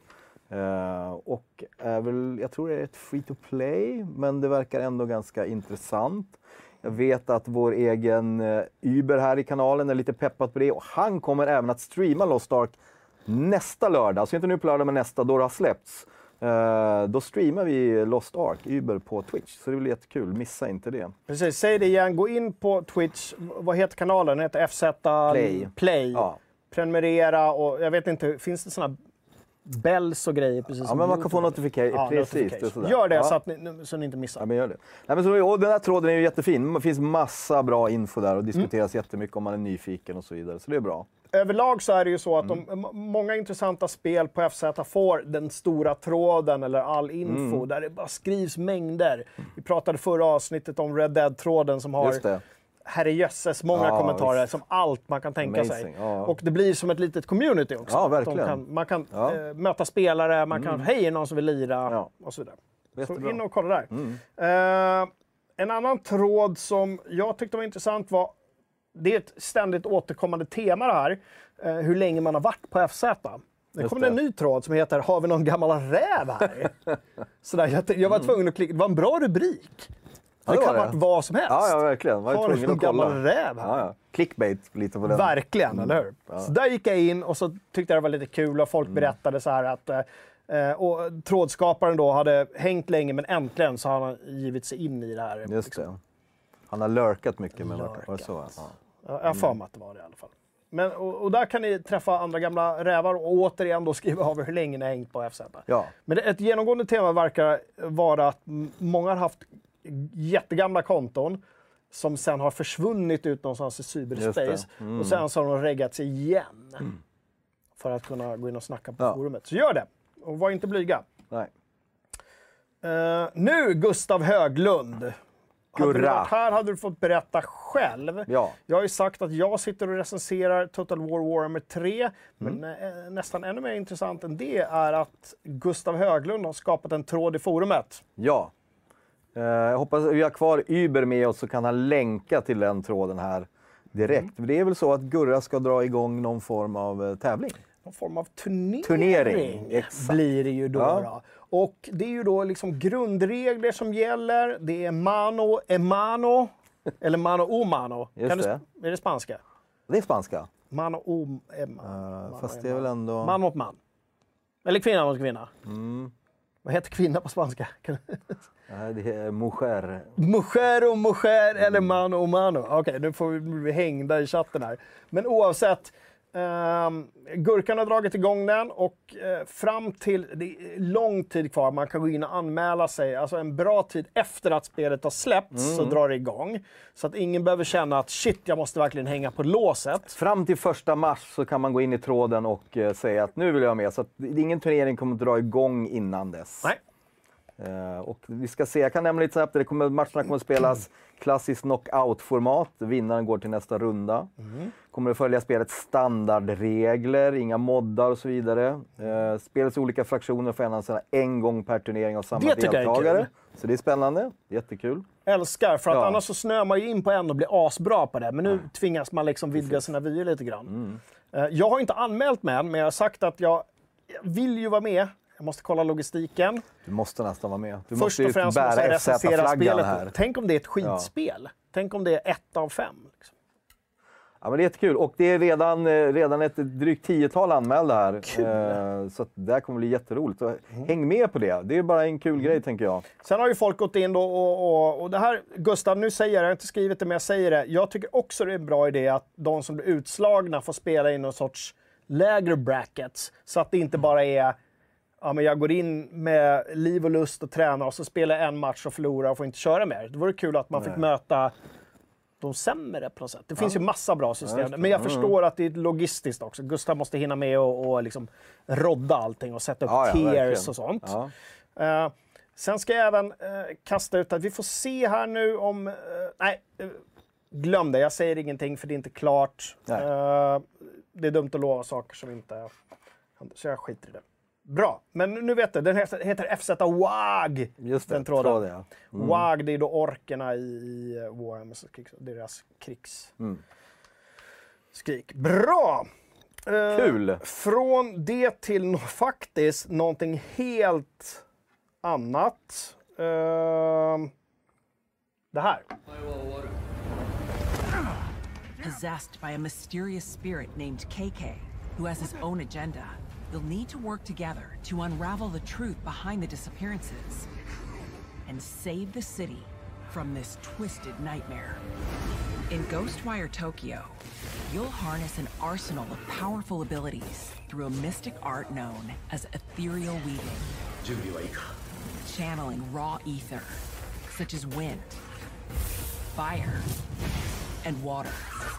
Uh, och är väl, jag tror det är ett free to play, men det verkar ändå ganska intressant. Jag vet att vår egen uh, Uber här i kanalen är lite peppad på det, och han kommer även att streama Lost Ark nästa lördag, alltså inte nu på lördag men nästa, då det har släppts. Uh, då streamar vi Lost Ark, Uber, på Twitch, så det blir jättekul, missa inte det. Precis, säg det igen, gå in på Twitch, vad heter kanalen? Den heter F Z Play. Play. Ja. Prenumerera, och jag vet inte, finns det sådana bells och grejer? Precis, ja, men man kan få notification. Ja, precis, notification. Det Gör det, ja. så, att ni, så ni inte missar. Ja, men gör det. Nej, men så, och den här tråden är ju jättefin. Det finns massa bra info där och diskuteras mm. jättemycket om man är nyfiken och så vidare. Så det är bra. Överlag så är det ju så att mm. de, många intressanta spel på F Z får den stora tråden eller all info mm. där det bara skrivs mängder. Vi pratade förra avsnittet om Red Dead-tråden som har herrejösses många ja, kommentarer visst. Som allt man kan tänka Amazing. Sig. Ja. Och det blir som ett litet community också. Ja, verkligen. Kan, man kan ja. äh, möta spelare, man kan, mm. hej, någon som vill lira ja. Och så vidare. Jättebra. Så in och kolla där. Mm. Uh, en annan tråd som jag tyckte var intressant var, det är ett ständigt återkommande tema det här, uh, hur länge man har varit på F Z. Det kom en ny tråd som heter, har vi någon gammal räv här? Sådär, jag, jag var tvungen att klicka, det var en bra rubrik. Ja, det, det kan ha varit vad som helst. Ja, ja verkligen. Var har du någon gammal räv här? Ja, ja. Clickbait lite på den. Verkligen, mm. eller hur? Ja. Så där gick jag in och så tyckte jag det var lite kul och folk mm. berättade så här att eh, och trådskaparen då hade hängt länge, men äntligen så har han givit sig in i det här. Just liksom. det. Han har lurkat mycket med lurkat. Var det så? Ja. Ja, jag har för mig att det var det i alla fall. Men, och, och där kan ni träffa andra gamla rävar och återigen då skriva av hur länge ni har hängt på F Z. Ja. Men det, ett genomgående tema verkar vara att många har haft jättegamla konton som sen har försvunnit ut någonstans i cyberspace mm. och sen så har de reggat sig igen mm. för att kunna gå in och snacka på ja. Forumet. Så gör det och var inte blyga. Nej. Uh, nu Gustav Höglund. Gurra. Hade du varit här hade du fått berätta själv. Ja. Jag har ju sagt att jag sitter och recenserar Total War Warhammer tre. Mm. Men äh, nästan ännu mer intressant än det är att Gustav Höglund har skapat en tråd i forumet. Ja. Uh, jag hoppas att vi har kvar Uber med oss så kan han länka till den tråden här direkt. Mm. Det är väl så att Gurra ska dra igång någon form av uh, tävling? Någon form av turnering, turnering. blir det ju då. Ja. då. Och det är ju då liksom grundregler som gäller. Det är mano e mano, eller mano o mano. Just kan det. Du, är det spanska? Det är spanska. Mano o e mano. Uh, fast det är väl ändå... Man mot man. Eller kvinna mot kvinna. Mm. Vad heter kvinna på spanska? Nej, det är mujer. Mujer och mujer mm. eller mano och mano. Okej, okay, nu får vi bli hängda i chatten här. Men oavsett, um, Gurkan har dragit igång den och uh, fram till, det är lång tid kvar, man kan gå in och anmäla sig. Alltså en bra tid efter att spelet har släppts mm. så drar det igång. Så att ingen behöver känna att shit, jag måste verkligen hänga på låset. Fram till första mars så kan man gå in i tråden och uh, säga att nu vill jag med. Så att ingen turnering kommer att dra igång innan dess. Nej. Uh, och vi ska se, jag kan nämna lite snabbt, det kommer, matcherna kommer att spelas klassiskt knockout-format, vinnaren går till nästa runda. Mm. Kommer att följa spelets standardregler, inga moddar och så vidare. Uh, spelets olika fraktioner får endast en gång per turnering av samma deltagare. Så det är spännande, jättekul. Älskar, för att ja. annars så snör man ju in på en och blir asbra på det. Men nu mm. tvingas man liksom vidga Precis. Sina vyer lite grann. Mm. Uh, jag har inte anmält mig än, men jag har sagt att jag vill ju vara med. Jag måste kolla logistiken. Du måste nästan vara med. Du Först måste och främst bära måste jag recensera spelet. Här. Tänk om det är ett skitspel. Ja. Tänk om det är ett av fem. Liksom. Ja, men det är jättekul. Och det är redan, redan ett drygt tiotal anmälda här. Kul. Så att det här kommer bli jätteroligt. Så mm. häng med på det. Det är bara en kul mm. grej, tänker jag. Sen har ju folk gått in då och, och, och det här, Gustav, nu säger jag, jag har inte skrivit det men jag säger det. Jag tycker också det är en bra idé att de som blir utslagna får spela in någon sorts lägre brackets. Så att det inte bara är, ja men jag går in med liv och lust och tränar och så spelar jag en match och förlorar och får inte köra mer. Det vore kul att man Nej. fick möta de sämre på något sätt. Det finns ja. ju massa bra system. Ja, men jag förstår att det är logistiskt också. Gustav måste hinna med och, och liksom rodda allting och sätta upp ja, ja, tiers verkligen. och sånt. Ja. Uh, sen ska jag även uh, kasta ut att vi får se här nu om... Uh, nej, uh, glöm det. Jag säger ingenting för det är inte klart. Uh, det är dumt att lova saker som inte... Så jag skiter i det. Bra, men nu vet du, den heter F Z W A G. Just det, den tråden. Tråd, ja. Mm. W A G, det är då orkerna i Warhammer, deras krigs... Mm. skrik. Bra! Kul! Eh, från det till no, faktiskt någonting helt annat. Eh, det här. Possessed by a mysterious spirit named K K, who has his own agenda. You'll need to work together to unravel the truth behind the disappearances and save the city from this twisted nightmare. In Ghostwire Tokyo, you'll harness an arsenal of powerful abilities through a mystic art known as ethereal weaving. Channeling raw ether, such as wind, fire, and water.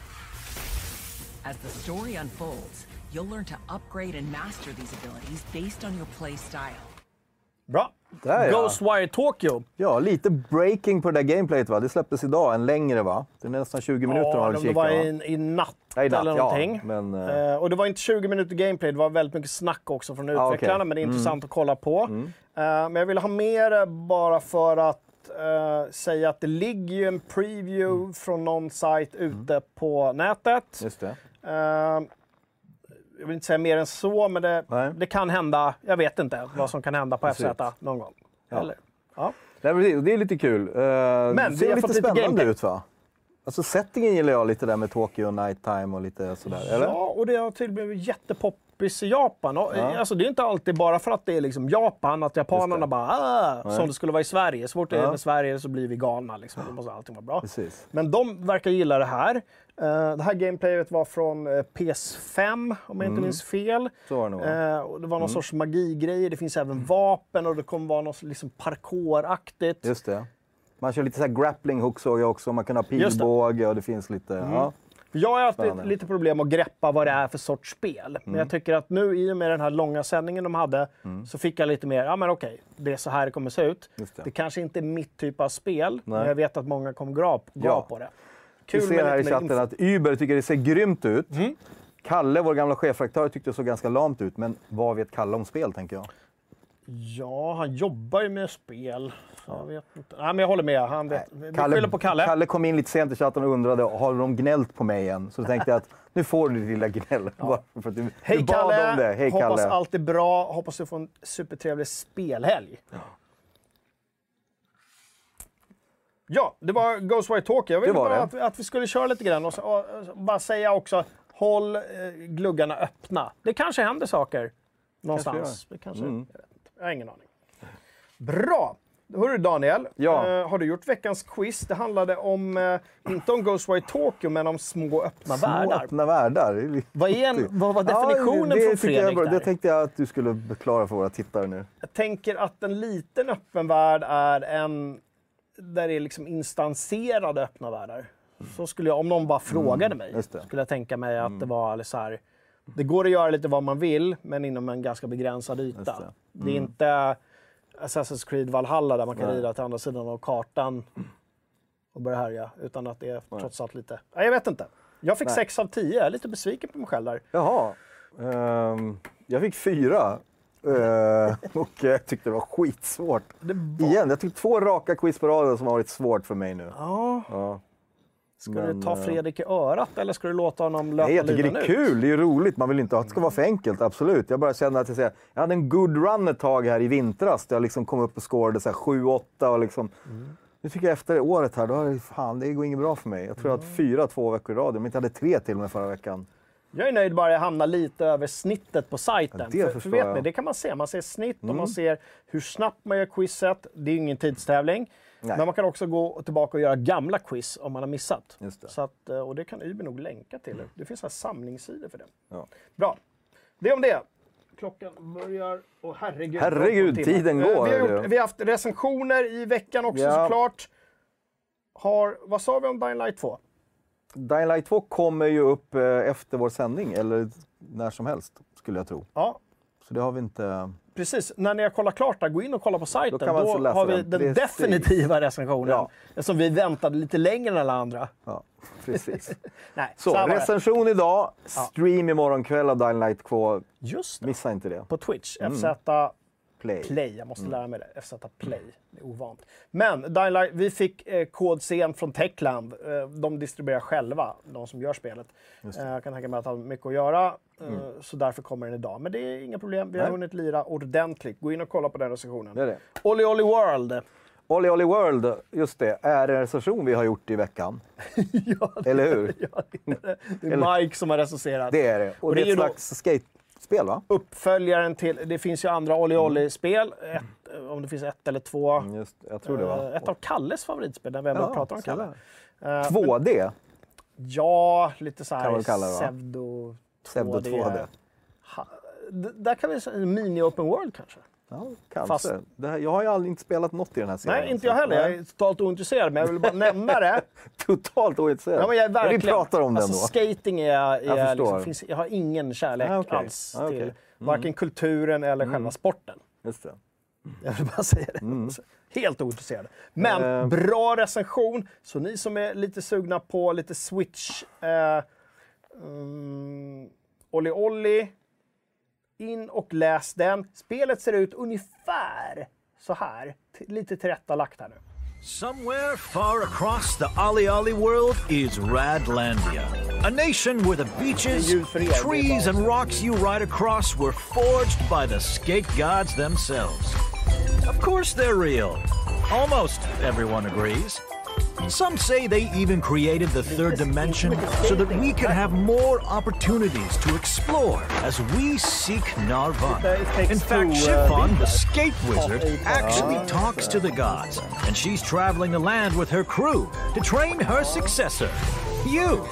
As the story unfolds, you'll learn to upgrade and master these abilities based on your play style. Bra. Där, ja. Ghostwire Tokyo. Ja, lite breaking på det där gameplayet va? Det släpptes idag, en längre va? Det är nästan tjugo minuter. Ja, har det kika, var i, i natt ja, i natt eller någonting. Ja, men, uh... uh, och det var inte tjugo minuter gameplay, det var väldigt mycket snack också från utvecklarna, ah, okay. men det är mm. intressant att kolla på. Mm. Uh, men jag vill ha mer bara för att uh, säga att det ligger ju en preview mm. från någon sajt ute mm. på nätet. Just det. Uh, jag vill inte säga mer än så, men det, det kan hända. Jag vet inte vad som kan hända på F Z någon gång. Ja. Eller, ja. Det är lite kul. Uh, men det ser lite spännande ut va? Alltså settingen gillar jag lite där med Tokyo Nighttime och lite sådär, ja, eller? Ja, och det har tydligen blivit jättepoppis i Japan. Och, ja. Alltså det är inte alltid bara för att det är liksom Japan, att japanerna bara ah, som det skulle vara i Sverige. Så fort det är ja. i Sverige så blir vi galna liksom. Då måste allting vara bra. Precis. Men de verkar gilla det här. Uh, det här gameplayet var från uh, P S fem, om jag inte mm. minns fel. Så var det nog. Uh, och det var någon mm. sorts magigrej. Det finns även vapen och det kommer vara något liksom parkouraktigt. Just det. Man kör lite så här grappling hook såg jag också. Man kan ha pilbåge och det finns lite... Mm. Ja. Jag har haft Spännande. lite problem att greppa vad det är för sorts spel. Mm. Men jag tycker att nu i och med den här långa sändningen de hade mm. så fick jag lite mer, ja men okej, det är så här det kommer se ut. Det. det kanske inte är mitt typ av spel, Nej. men jag vet att många kommer gå ja. på det. Kul. Vi ser här i chatten att Uber tycker det ser grymt ut. Mm. Kalle, vår gamla chefredaktör, tyckte det såg ganska lamt ut. Men vad vet Kalle om spel, tänker jag? Ja, han jobbar ju med spel. Ja. Jag vet inte. Nej, men jag håller med. Han vet. Vi Kalle, på Kalle. Kalle kom in lite sent i chatten och undrade, har de gnällt på mig igen? Så då tänkte jag att nu får du lilla gnäll. Ja. För att du, Hej du Kalle! Om det. Hej, hoppas Kalle. allt är bra. Hoppas du får en supertrevlig spelhelg. Ja. Ja, det var Ghostwire Tokyo. Jag ville bara att, att vi skulle köra lite grann och, så, och, och bara säga också, håll eh, gluggarna öppna. Det kanske händer saker någonstans. Kanske det kanske, mm. jag vet inte. Jag har ingen aning. Bra! Hörru Daniel, ja. eh, har du gjort veckans quiz? Det handlade om, eh, inte om Ghostwire Tokyo, men om små öppna små världar. Små öppna världar? Vad, är en, vad var definitionen ja, det, från Fredrik jag, där? Det tänkte jag att du skulle förklara för våra tittare nu. Jag tänker att en liten öppen värld är en där det är liksom instanserade öppna världar. Mm. Så skulle jag, om någon bara frågade mm, mig, skulle jag tänka mig att mm. det var så här. Det går att göra lite vad man vill, men inom en ganska begränsad yta. Det. Mm. det är inte Assassin's Creed Valhalla där man kan Nej. rida till andra sidan av kartan och börja härja, utan att det är Nej. trots allt lite... Nej, jag vet inte. Jag fick Nej. sex av tio, jag är lite besviken på mig själv där. Jaha. Um, jag fick fyra. Uh, och jag tyckte det var skitsvårt. Det var... Igen, jag tyckte två raka quiz på raden som har varit svårt för mig nu. Ja. ja. Ska Men, du ta Fredrik i örat eller ska du låta honom löpa Nej, jag tycker linan det är kul, ut? Det är roligt. Man vill inte att det ska vara för enkelt, absolut. Jag bara känner att jag, säger, jag hade en good run ett tag här i vintras. Där jag liksom kom upp och scorade så här sju åtta och liksom... Mm. Nu tycker jag efter året här, då är det, fan, det går inget bra för mig. Jag tror mm. jag hade fyra två veckor i rad. Men jag hade tre till och med förra veckan. Jag är nöjd bara jag hamnar lite över snittet på sajten. Ja, för, för vet ni, det kan man se. Man ser snitt mm. och man ser hur snabbt man gör quizet. Det är ju ingen tidstävling. Nej. Men man kan också gå tillbaka och göra gamla quiz om man har missat. Just det. Så att, och det kan Uber nog länka till. Det finns här samlingssidor för det. Ja. Bra. det om det. Klockan börjar... Och herregud. Herregud, tiden går. Vi har, gjort, vi har haft recensioner i veckan också, ja. såklart. Har, vad sa vi om Dying Light två? Dying Light två kommer ju upp efter vår sändning, eller när som helst, skulle jag tro. Ja. Så det har vi inte... Precis, när ni har kollat klart där, gå in och kolla på sajten. Då, då har vi den, den definitiva recensionen. Ja. Eftersom vi väntade lite längre än alla andra. Ja, precis. Nej, så, så recension idag, stream ja. imorgon kväll av Dying Light två. Just det. Missa inte det. På Twitch, mm. F Z Play. Play. Jag måste mm. lära mig det. F Z Play. Det är ovant. Men Dying Light, vi fick eh, kod sent från Techland. Eh, de distribuerar själva, de som gör spelet. Eh, jag kan tänka mig att ha mycket att göra. Eh, mm. Så därför kommer den idag. Men det är inga problem. Vi har Nej. hunnit lira ordentligt. Gå in och kolla på den recensionen. Det är det. Olly Olly World. Olly Olly World, just det, är en recension vi har gjort i veckan. ja, det, Eller hur? Ja, det är det. Det är Mike som har recenserat. Det är det. Och, och det är ett slags då... skate... Spel, va? Uppföljaren till, det finns ju andra Olly Olly-spel, ett, om det finns ett eller två. Just, jag tror det var. Ett av Kalles favoritspel, när vi ändå ja, pratar om Kalle. Uh, två D? Men, ja, lite så här kalla det, pseudo två D. två D. Ha, där kan vi säga en mini-open world kanske. Ja, kanske. Fast, det här, jag har ju aldrig inte spelat något i den här serien. Nej, inte jag heller. Jag är totalt ointresserad, men jag vill bara nämna det. Totalt ointresserad? Ja, men jag är verkligen, vi pratar om alltså, den då. Skating är, är jag, liksom, finns, jag har ingen kärlek ah, okay. alls ah, okay. till mm. varken kulturen eller mm. själva sporten. Just det. Jag vill bara säga det. Mm. Helt ointresserad. Men uh. bra recension. Så ni som är lite sugna på lite Switch. Eh, um, Olly Olly. In och läs den. Spelet ser ut ungefär så här. T- lite tillrättalagt här nu. Somewhere far across the Olly Olly world is Radlandia. A nation where the beaches, trees and rocks you ride across were forged by the skate gods themselves. Of course they're real. Almost everyone agrees. Some say they even created the third dimension so that we could have more opportunities to explore as we seek Nirvana. In fact, Chiffon, the skate wizard, actually talks to the gods, and she's traveling the land with her crew to train her successor, you.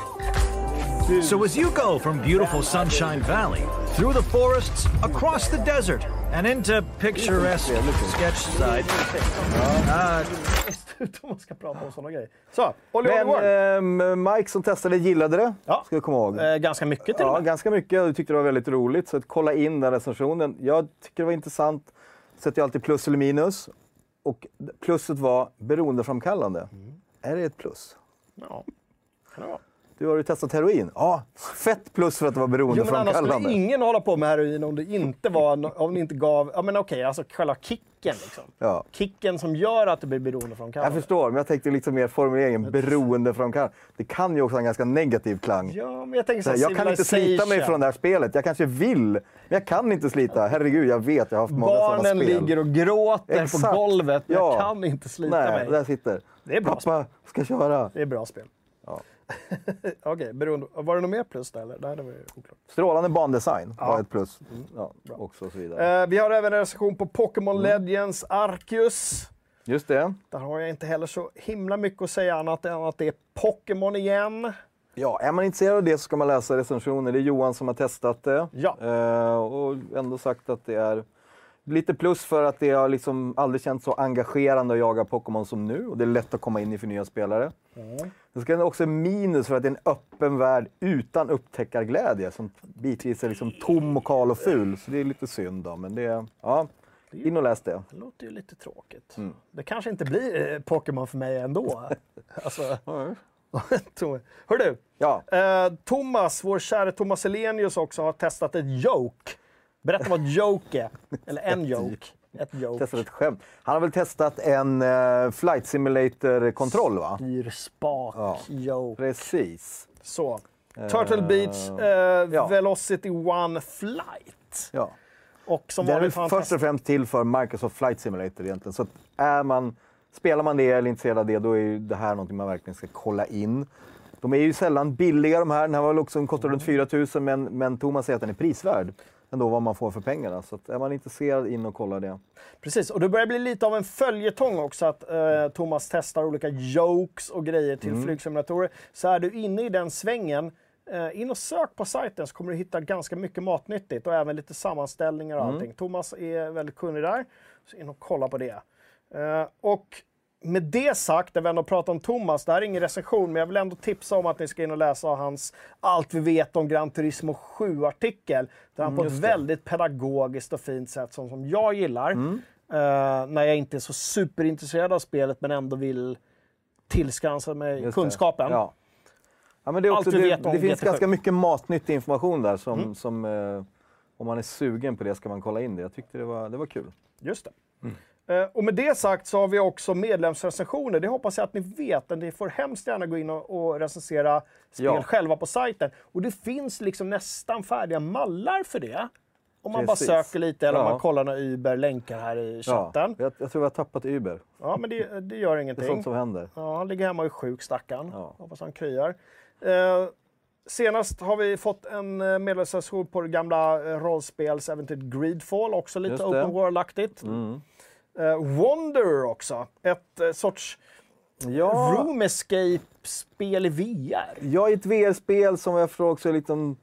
So as you go from beautiful Sunshine Valley, through the forests, across the desert, and into picturesque Sketchside, uh, man ska prata om sådana grejer. Så, Olly Men eh, Mike som testade gillade det, ja. ska jag komma ihåg. Eh, ganska mycket till Ja, ganska mycket. Jag tyckte det var väldigt roligt. Så att kolla in den recensionen. Jag tycker det var intressant. Sätter jag alltid plus eller minus. Och plusset var beroendeframkallande. Mm. Är det ett plus? Ja, kan det vara. Du har ju testat heroin. Ja, fett plus för att det var beroendeframkallande. Jo, men annars skulle ingen hålla på med heroin om det inte var, om det inte gav, ja men okej, alltså själva kicken liksom. Ja. Kicken som gör att det blir beroendeframkallande. Jag förstår, men jag tänkte liksom mer formuleringen, beroendeframkallande. Det kan ju också ha en ganska negativ klang. Ja, men jag tänker så här, jag kan inte slita mig från det här spelet. Jag kanske vill, men jag kan inte slita. Herregud, jag vet, jag har haft många sådana spel. Barnen ligger och gråter Exakt. på golvet, men ja. jag kan inte slita Nej, mig. Där sitter. Det är bra Pappa spel. ska köra. Det är bra spel. Ja. Okej, okay, beroende. Var det något mer plus där eller? Nej, det var oklart. Strålande bandesign ja. var ett plus. Mm. Ja, också och så vidare. Eh, vi har även en recension på Pokémon mm. Legends Arceus. Just det. Där har jag inte heller så himla mycket att säga annat än att det är Pokémon igen. Ja, är man intresserad av det så ska man läsa recensioner. Det är Johan som har testat det. Ja. Eh, och ändå sagt att det är lite plus för att det har liksom aldrig känts så engagerande att jaga Pokémon som nu. Och det är lätt att komma in i för nya spelare. Mm. Det ska också minus för att det är en öppen värld utan upptäckarglädje. Som bitvis är liksom tom och kal och ful. Så det är lite synd då. Men det är, ja, in och läs det. Det låter ju lite tråkigt. Mm. Det kanske inte blir eh, Pokémon för mig ändå. alltså... Hör du, ja. eh, Thomas, vår kära Thomas Elenius också har testat ett joke. Berätta vad ett joke är. Eller en joke. Ett joke. Testat ett skämt. Han har väl testat en uh, flight simulator-kontroll, va? Styrspak, ja. Joke. Precis. Så. Turtle uh, Beach, uh, ja. Velocity One Flight. Ja. Och som det är väl först och främst till för Microsoft Flight Simulator egentligen. Så är man, spelar man det eller är intresserad av det, då är ju det här någonting man verkligen ska kolla in. De är ju sällan billiga de här. Den här var väl också, den kostar runt fyra tusen, men, men Thomas säger att den är prisvärd. Ändå vad man får för pengarna. Så att är man intresserad, in och kolla det. Precis, och det börjar bli lite av en följetong också att eh, Thomas testar olika jokes och grejer till mm. flygsimulatorer. Så är du inne i den svängen, Eh, in och sök på sajten så kommer du hitta ganska mycket matnyttigt och även lite sammanställningar och Mm. allting. Thomas är väldigt kunnig där, så in och kolla på det. Eh, och med det sagt, när vi ändå pratar om Thomas, det här är ingen recension, men jag vill ändå tipsa om att ni ska in och läsa hans Allt vi vet om Gran Turismo sju-artikel. Där han Mm, på ett just det. väldigt pedagogiskt och fint sätt, som, som jag gillar, Mm. eh, när jag inte är så superintresserad av spelet men ändå vill tillskansa mig Just det. kunskapen. Ja. Ja, men det, är också, Allt vi det, vet om det finns G T sju. ganska mycket matnyttig information där som, Mm. som eh, om man är sugen på det ska man kolla in det. Jag tyckte det var, det var kul. Just det. Eh, och med det sagt så har vi också medlemsrecensioner. Det hoppas jag att ni vet. Men ni får hemskt gärna gå in och, och recensera spel Ja. själva på sajten. Och det finns liksom nästan färdiga mallar för det. Om man Precis. bara söker lite eller om Ja. man kollar några Uber-länkar här i chatten. Ja, jag, jag tror vi har tappat Uber. Ja, men det, det gör Det är ingenting. sånt som händer. Ja, han ligger hemma och är sjuk, stackarn. Ja. Hoppas han kryar. Eh, senast har vi fått en eh, medlemsrecension på det gamla eh, rollspelsäventyret Greedfall. Också lite Just det. open world-aktigt. Mm. Eh, Wonder också. Ett eh, sorts Ja. room escape-spel i V R. Ja, i ett V R-spel som jag förstår också är lite en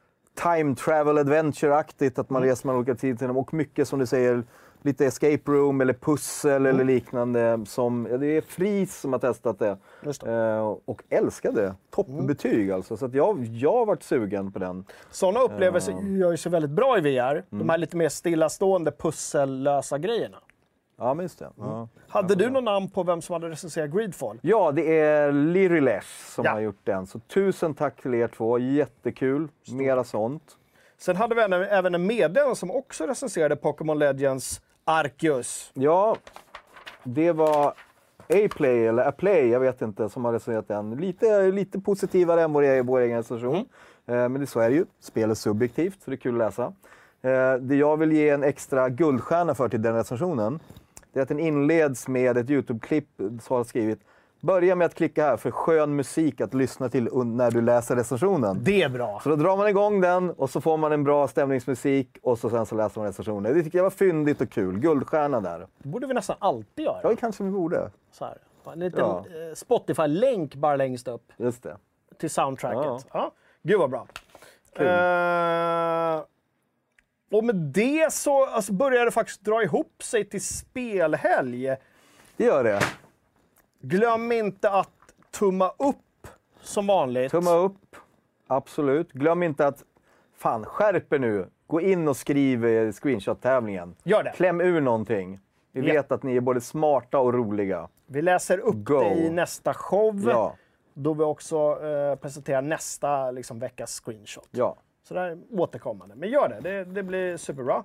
time travel adventure-aktigt, att man Mm. reser mellan olika tider och mycket som du säger, lite escape room eller pussel Mm. eller liknande. Som, ja, det är Fris som har testat det, Just det. eh, och älskade det. Toppbetyg alltså, så att jag, jag har varit sugen på den. Sådana upplevelser gör ju sig väldigt bra i V R. Mm. De här lite mer stillastående pussellösa grejerna. Ja, men just det. Ja. Hade du någon namn på vem som hade recenserat Greedfall? Ja, det är Lirilesh som Ja. har gjort den. Så tusen tack till er två, jättekul. Mera sånt. Sen hade vi även- även en medlem som också recenserade Pokémon Legends Arceus. Ja, det var A-Play eller A-Play, jag vet inte, som har recenserat den. Lite, lite positivare än vår, vår egen recension. Mm. Eh, men det så är det ju. Spelet är subjektivt, så det är kul att läsa. Eh, det jag vill ge en extra guldstjärna för till den recensionen, det är att den inleds med ett YouTube-klipp som har skrivit: börja med att klicka här för skön musik att lyssna till un- när du läser recensionen. Det är bra. Så då drar man igång den och så får man en bra stämningsmusik och så sen så läser man recensionen. Det tycker jag var fyndigt och kul. Guldstjärna där. Det borde vi nästan alltid göra. Ja, det kanske vi borde. Så här. En liten Ja. eh, Spotify-länk bara längst upp Just det. till soundtracket. Ja. Ja. Gud vad bra. Kul. Eh, och med det så alltså, börjar det faktiskt dra ihop sig till spelhelg. Det gör det. Glöm inte att tumma upp som vanligt. Tumma upp. Absolut. Glöm inte att, fan, skärp er nu. Gå in och skriv eh, screenshot-tävlingen. Gör det. Kläm ur någonting. Vi Ja. vet att ni är både smarta och roliga. Vi läser upp Go. det i nästa show. Ja. Då vi också eh, presenterar nästa liksom, veckas screenshot. Ja. Så det är återkommande. Men gör det, det, det blir superbra.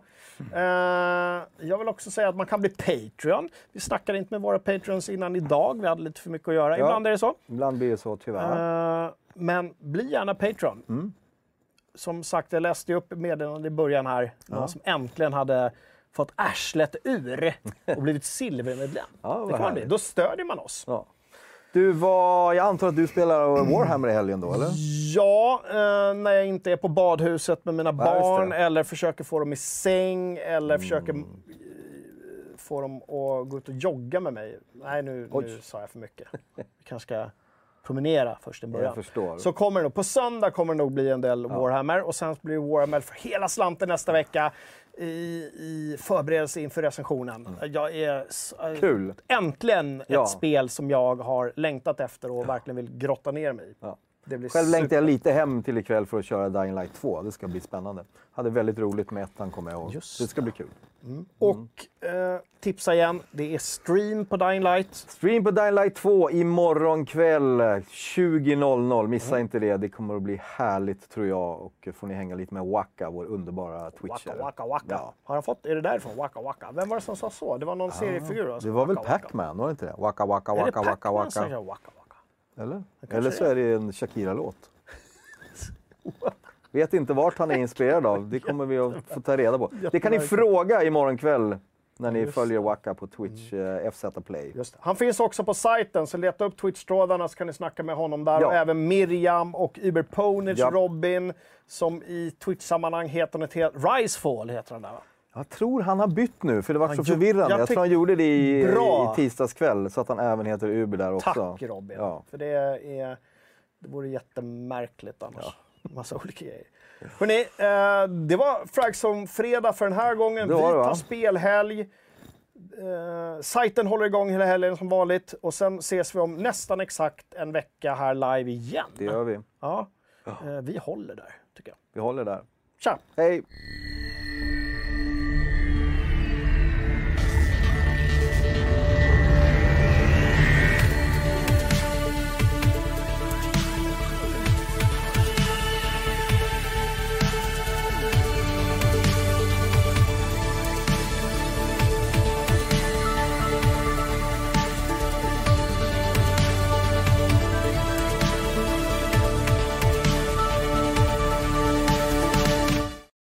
Eh, jag vill också säga att man kan bli Patreon. Vi snackade inte med våra Patreons innan idag. Vi hade lite för mycket att göra. Ja. Ibland är det så. Ibland blir det så, tyvärr. Eh, men bli gärna Patreon. Mm. Som sagt, jag läste ju upp meddelandet i början här. Ja. Någon som äntligen hade fått arslet ur och blivit silvermedlem. Ja, vad det kan man bli. härligt. Då stödjer man oss. Ja. Du var, jag antar att du spelar Warhammer i helgen då, eller? Ja, eh, när jag inte är på badhuset med mina Ja, just barn det. eller försöker få dem i säng eller försöker eh, få dem att gå ut och jogga med mig. Nej, nu, nu Oj. sa jag för mycket. Vi kanske ska promenera först i början. Jag förstår. Så kommer det nog, på söndag kommer det nog bli en del Warhammer och sen blir det Warhammer för hela slanten nästa vecka i, i förberedelse inför recensionen. Jag är s- äh, Kul. äntligen ett Ja. spel som jag har längtat efter och verkligen vill grotta ner mig i. Ja. Det blir Själv längtar super- jag lite hem till ikväll för att köra Dying Light två. Det ska bli spännande. Hade väldigt roligt med ettan, kommer jag ihåg. Just Det ska bli kul. Och eh, tipsa igen, det är stream på Dying Light. Stream på Dying Light två imorgon kväll tjugo noll noll. Missa inte det. Det kommer att bli härligt, tror jag. Och får ni hänga lite med Waka, vår underbara Twitcher. Waka, waka, waka. Ja. Har han fått, är det därifrån? Waka, waka. Vem var det som sa så? Det var någon seriefigur. Alltså. Det var väl Waka, waka. Pac-Man, var det inte det? Waka, waka, Är det waka, waka, Pac-Man som waka. säger waka, waka? Eller? kanske Eller så det är. är det en Shakira-låt. Vet inte vart han är inspirerad av. Det kommer vi att få ta reda på. Det kan ni fråga imorgon kväll när ni Just följer Waka på Twitch, eh, F Z Play. Just det. Han finns också på sajten, så leta upp Twitch-trådarna så kan ni snacka med honom där. Ja. Och även Miriam och Uberponage Ja. Robin, som i Twitch-sammanhang heter något helt... Risefall heter han där, va? Jag tror han har bytt nu, för det var Han så gjorde- förvirrande. jag Jag, tyck- tror han gjorde det i, Bra. i tisdagskväll, så att han även heter Uber där också. Tack Robin. Ja. För det är... Det vore jättemärkligt annars. Massa olika grejer. Hörrni, eh, det var Fragzone fredag för den här gången. Det Vi var det, tar va? spelhelg. Eh, sajten håller igång hela helgen som vanligt. Och sen ses vi om nästan exakt en vecka här live igen. Det gör vi. Ja, eh, vi håller där, tycker jag. Vi håller där. Tja! Hej!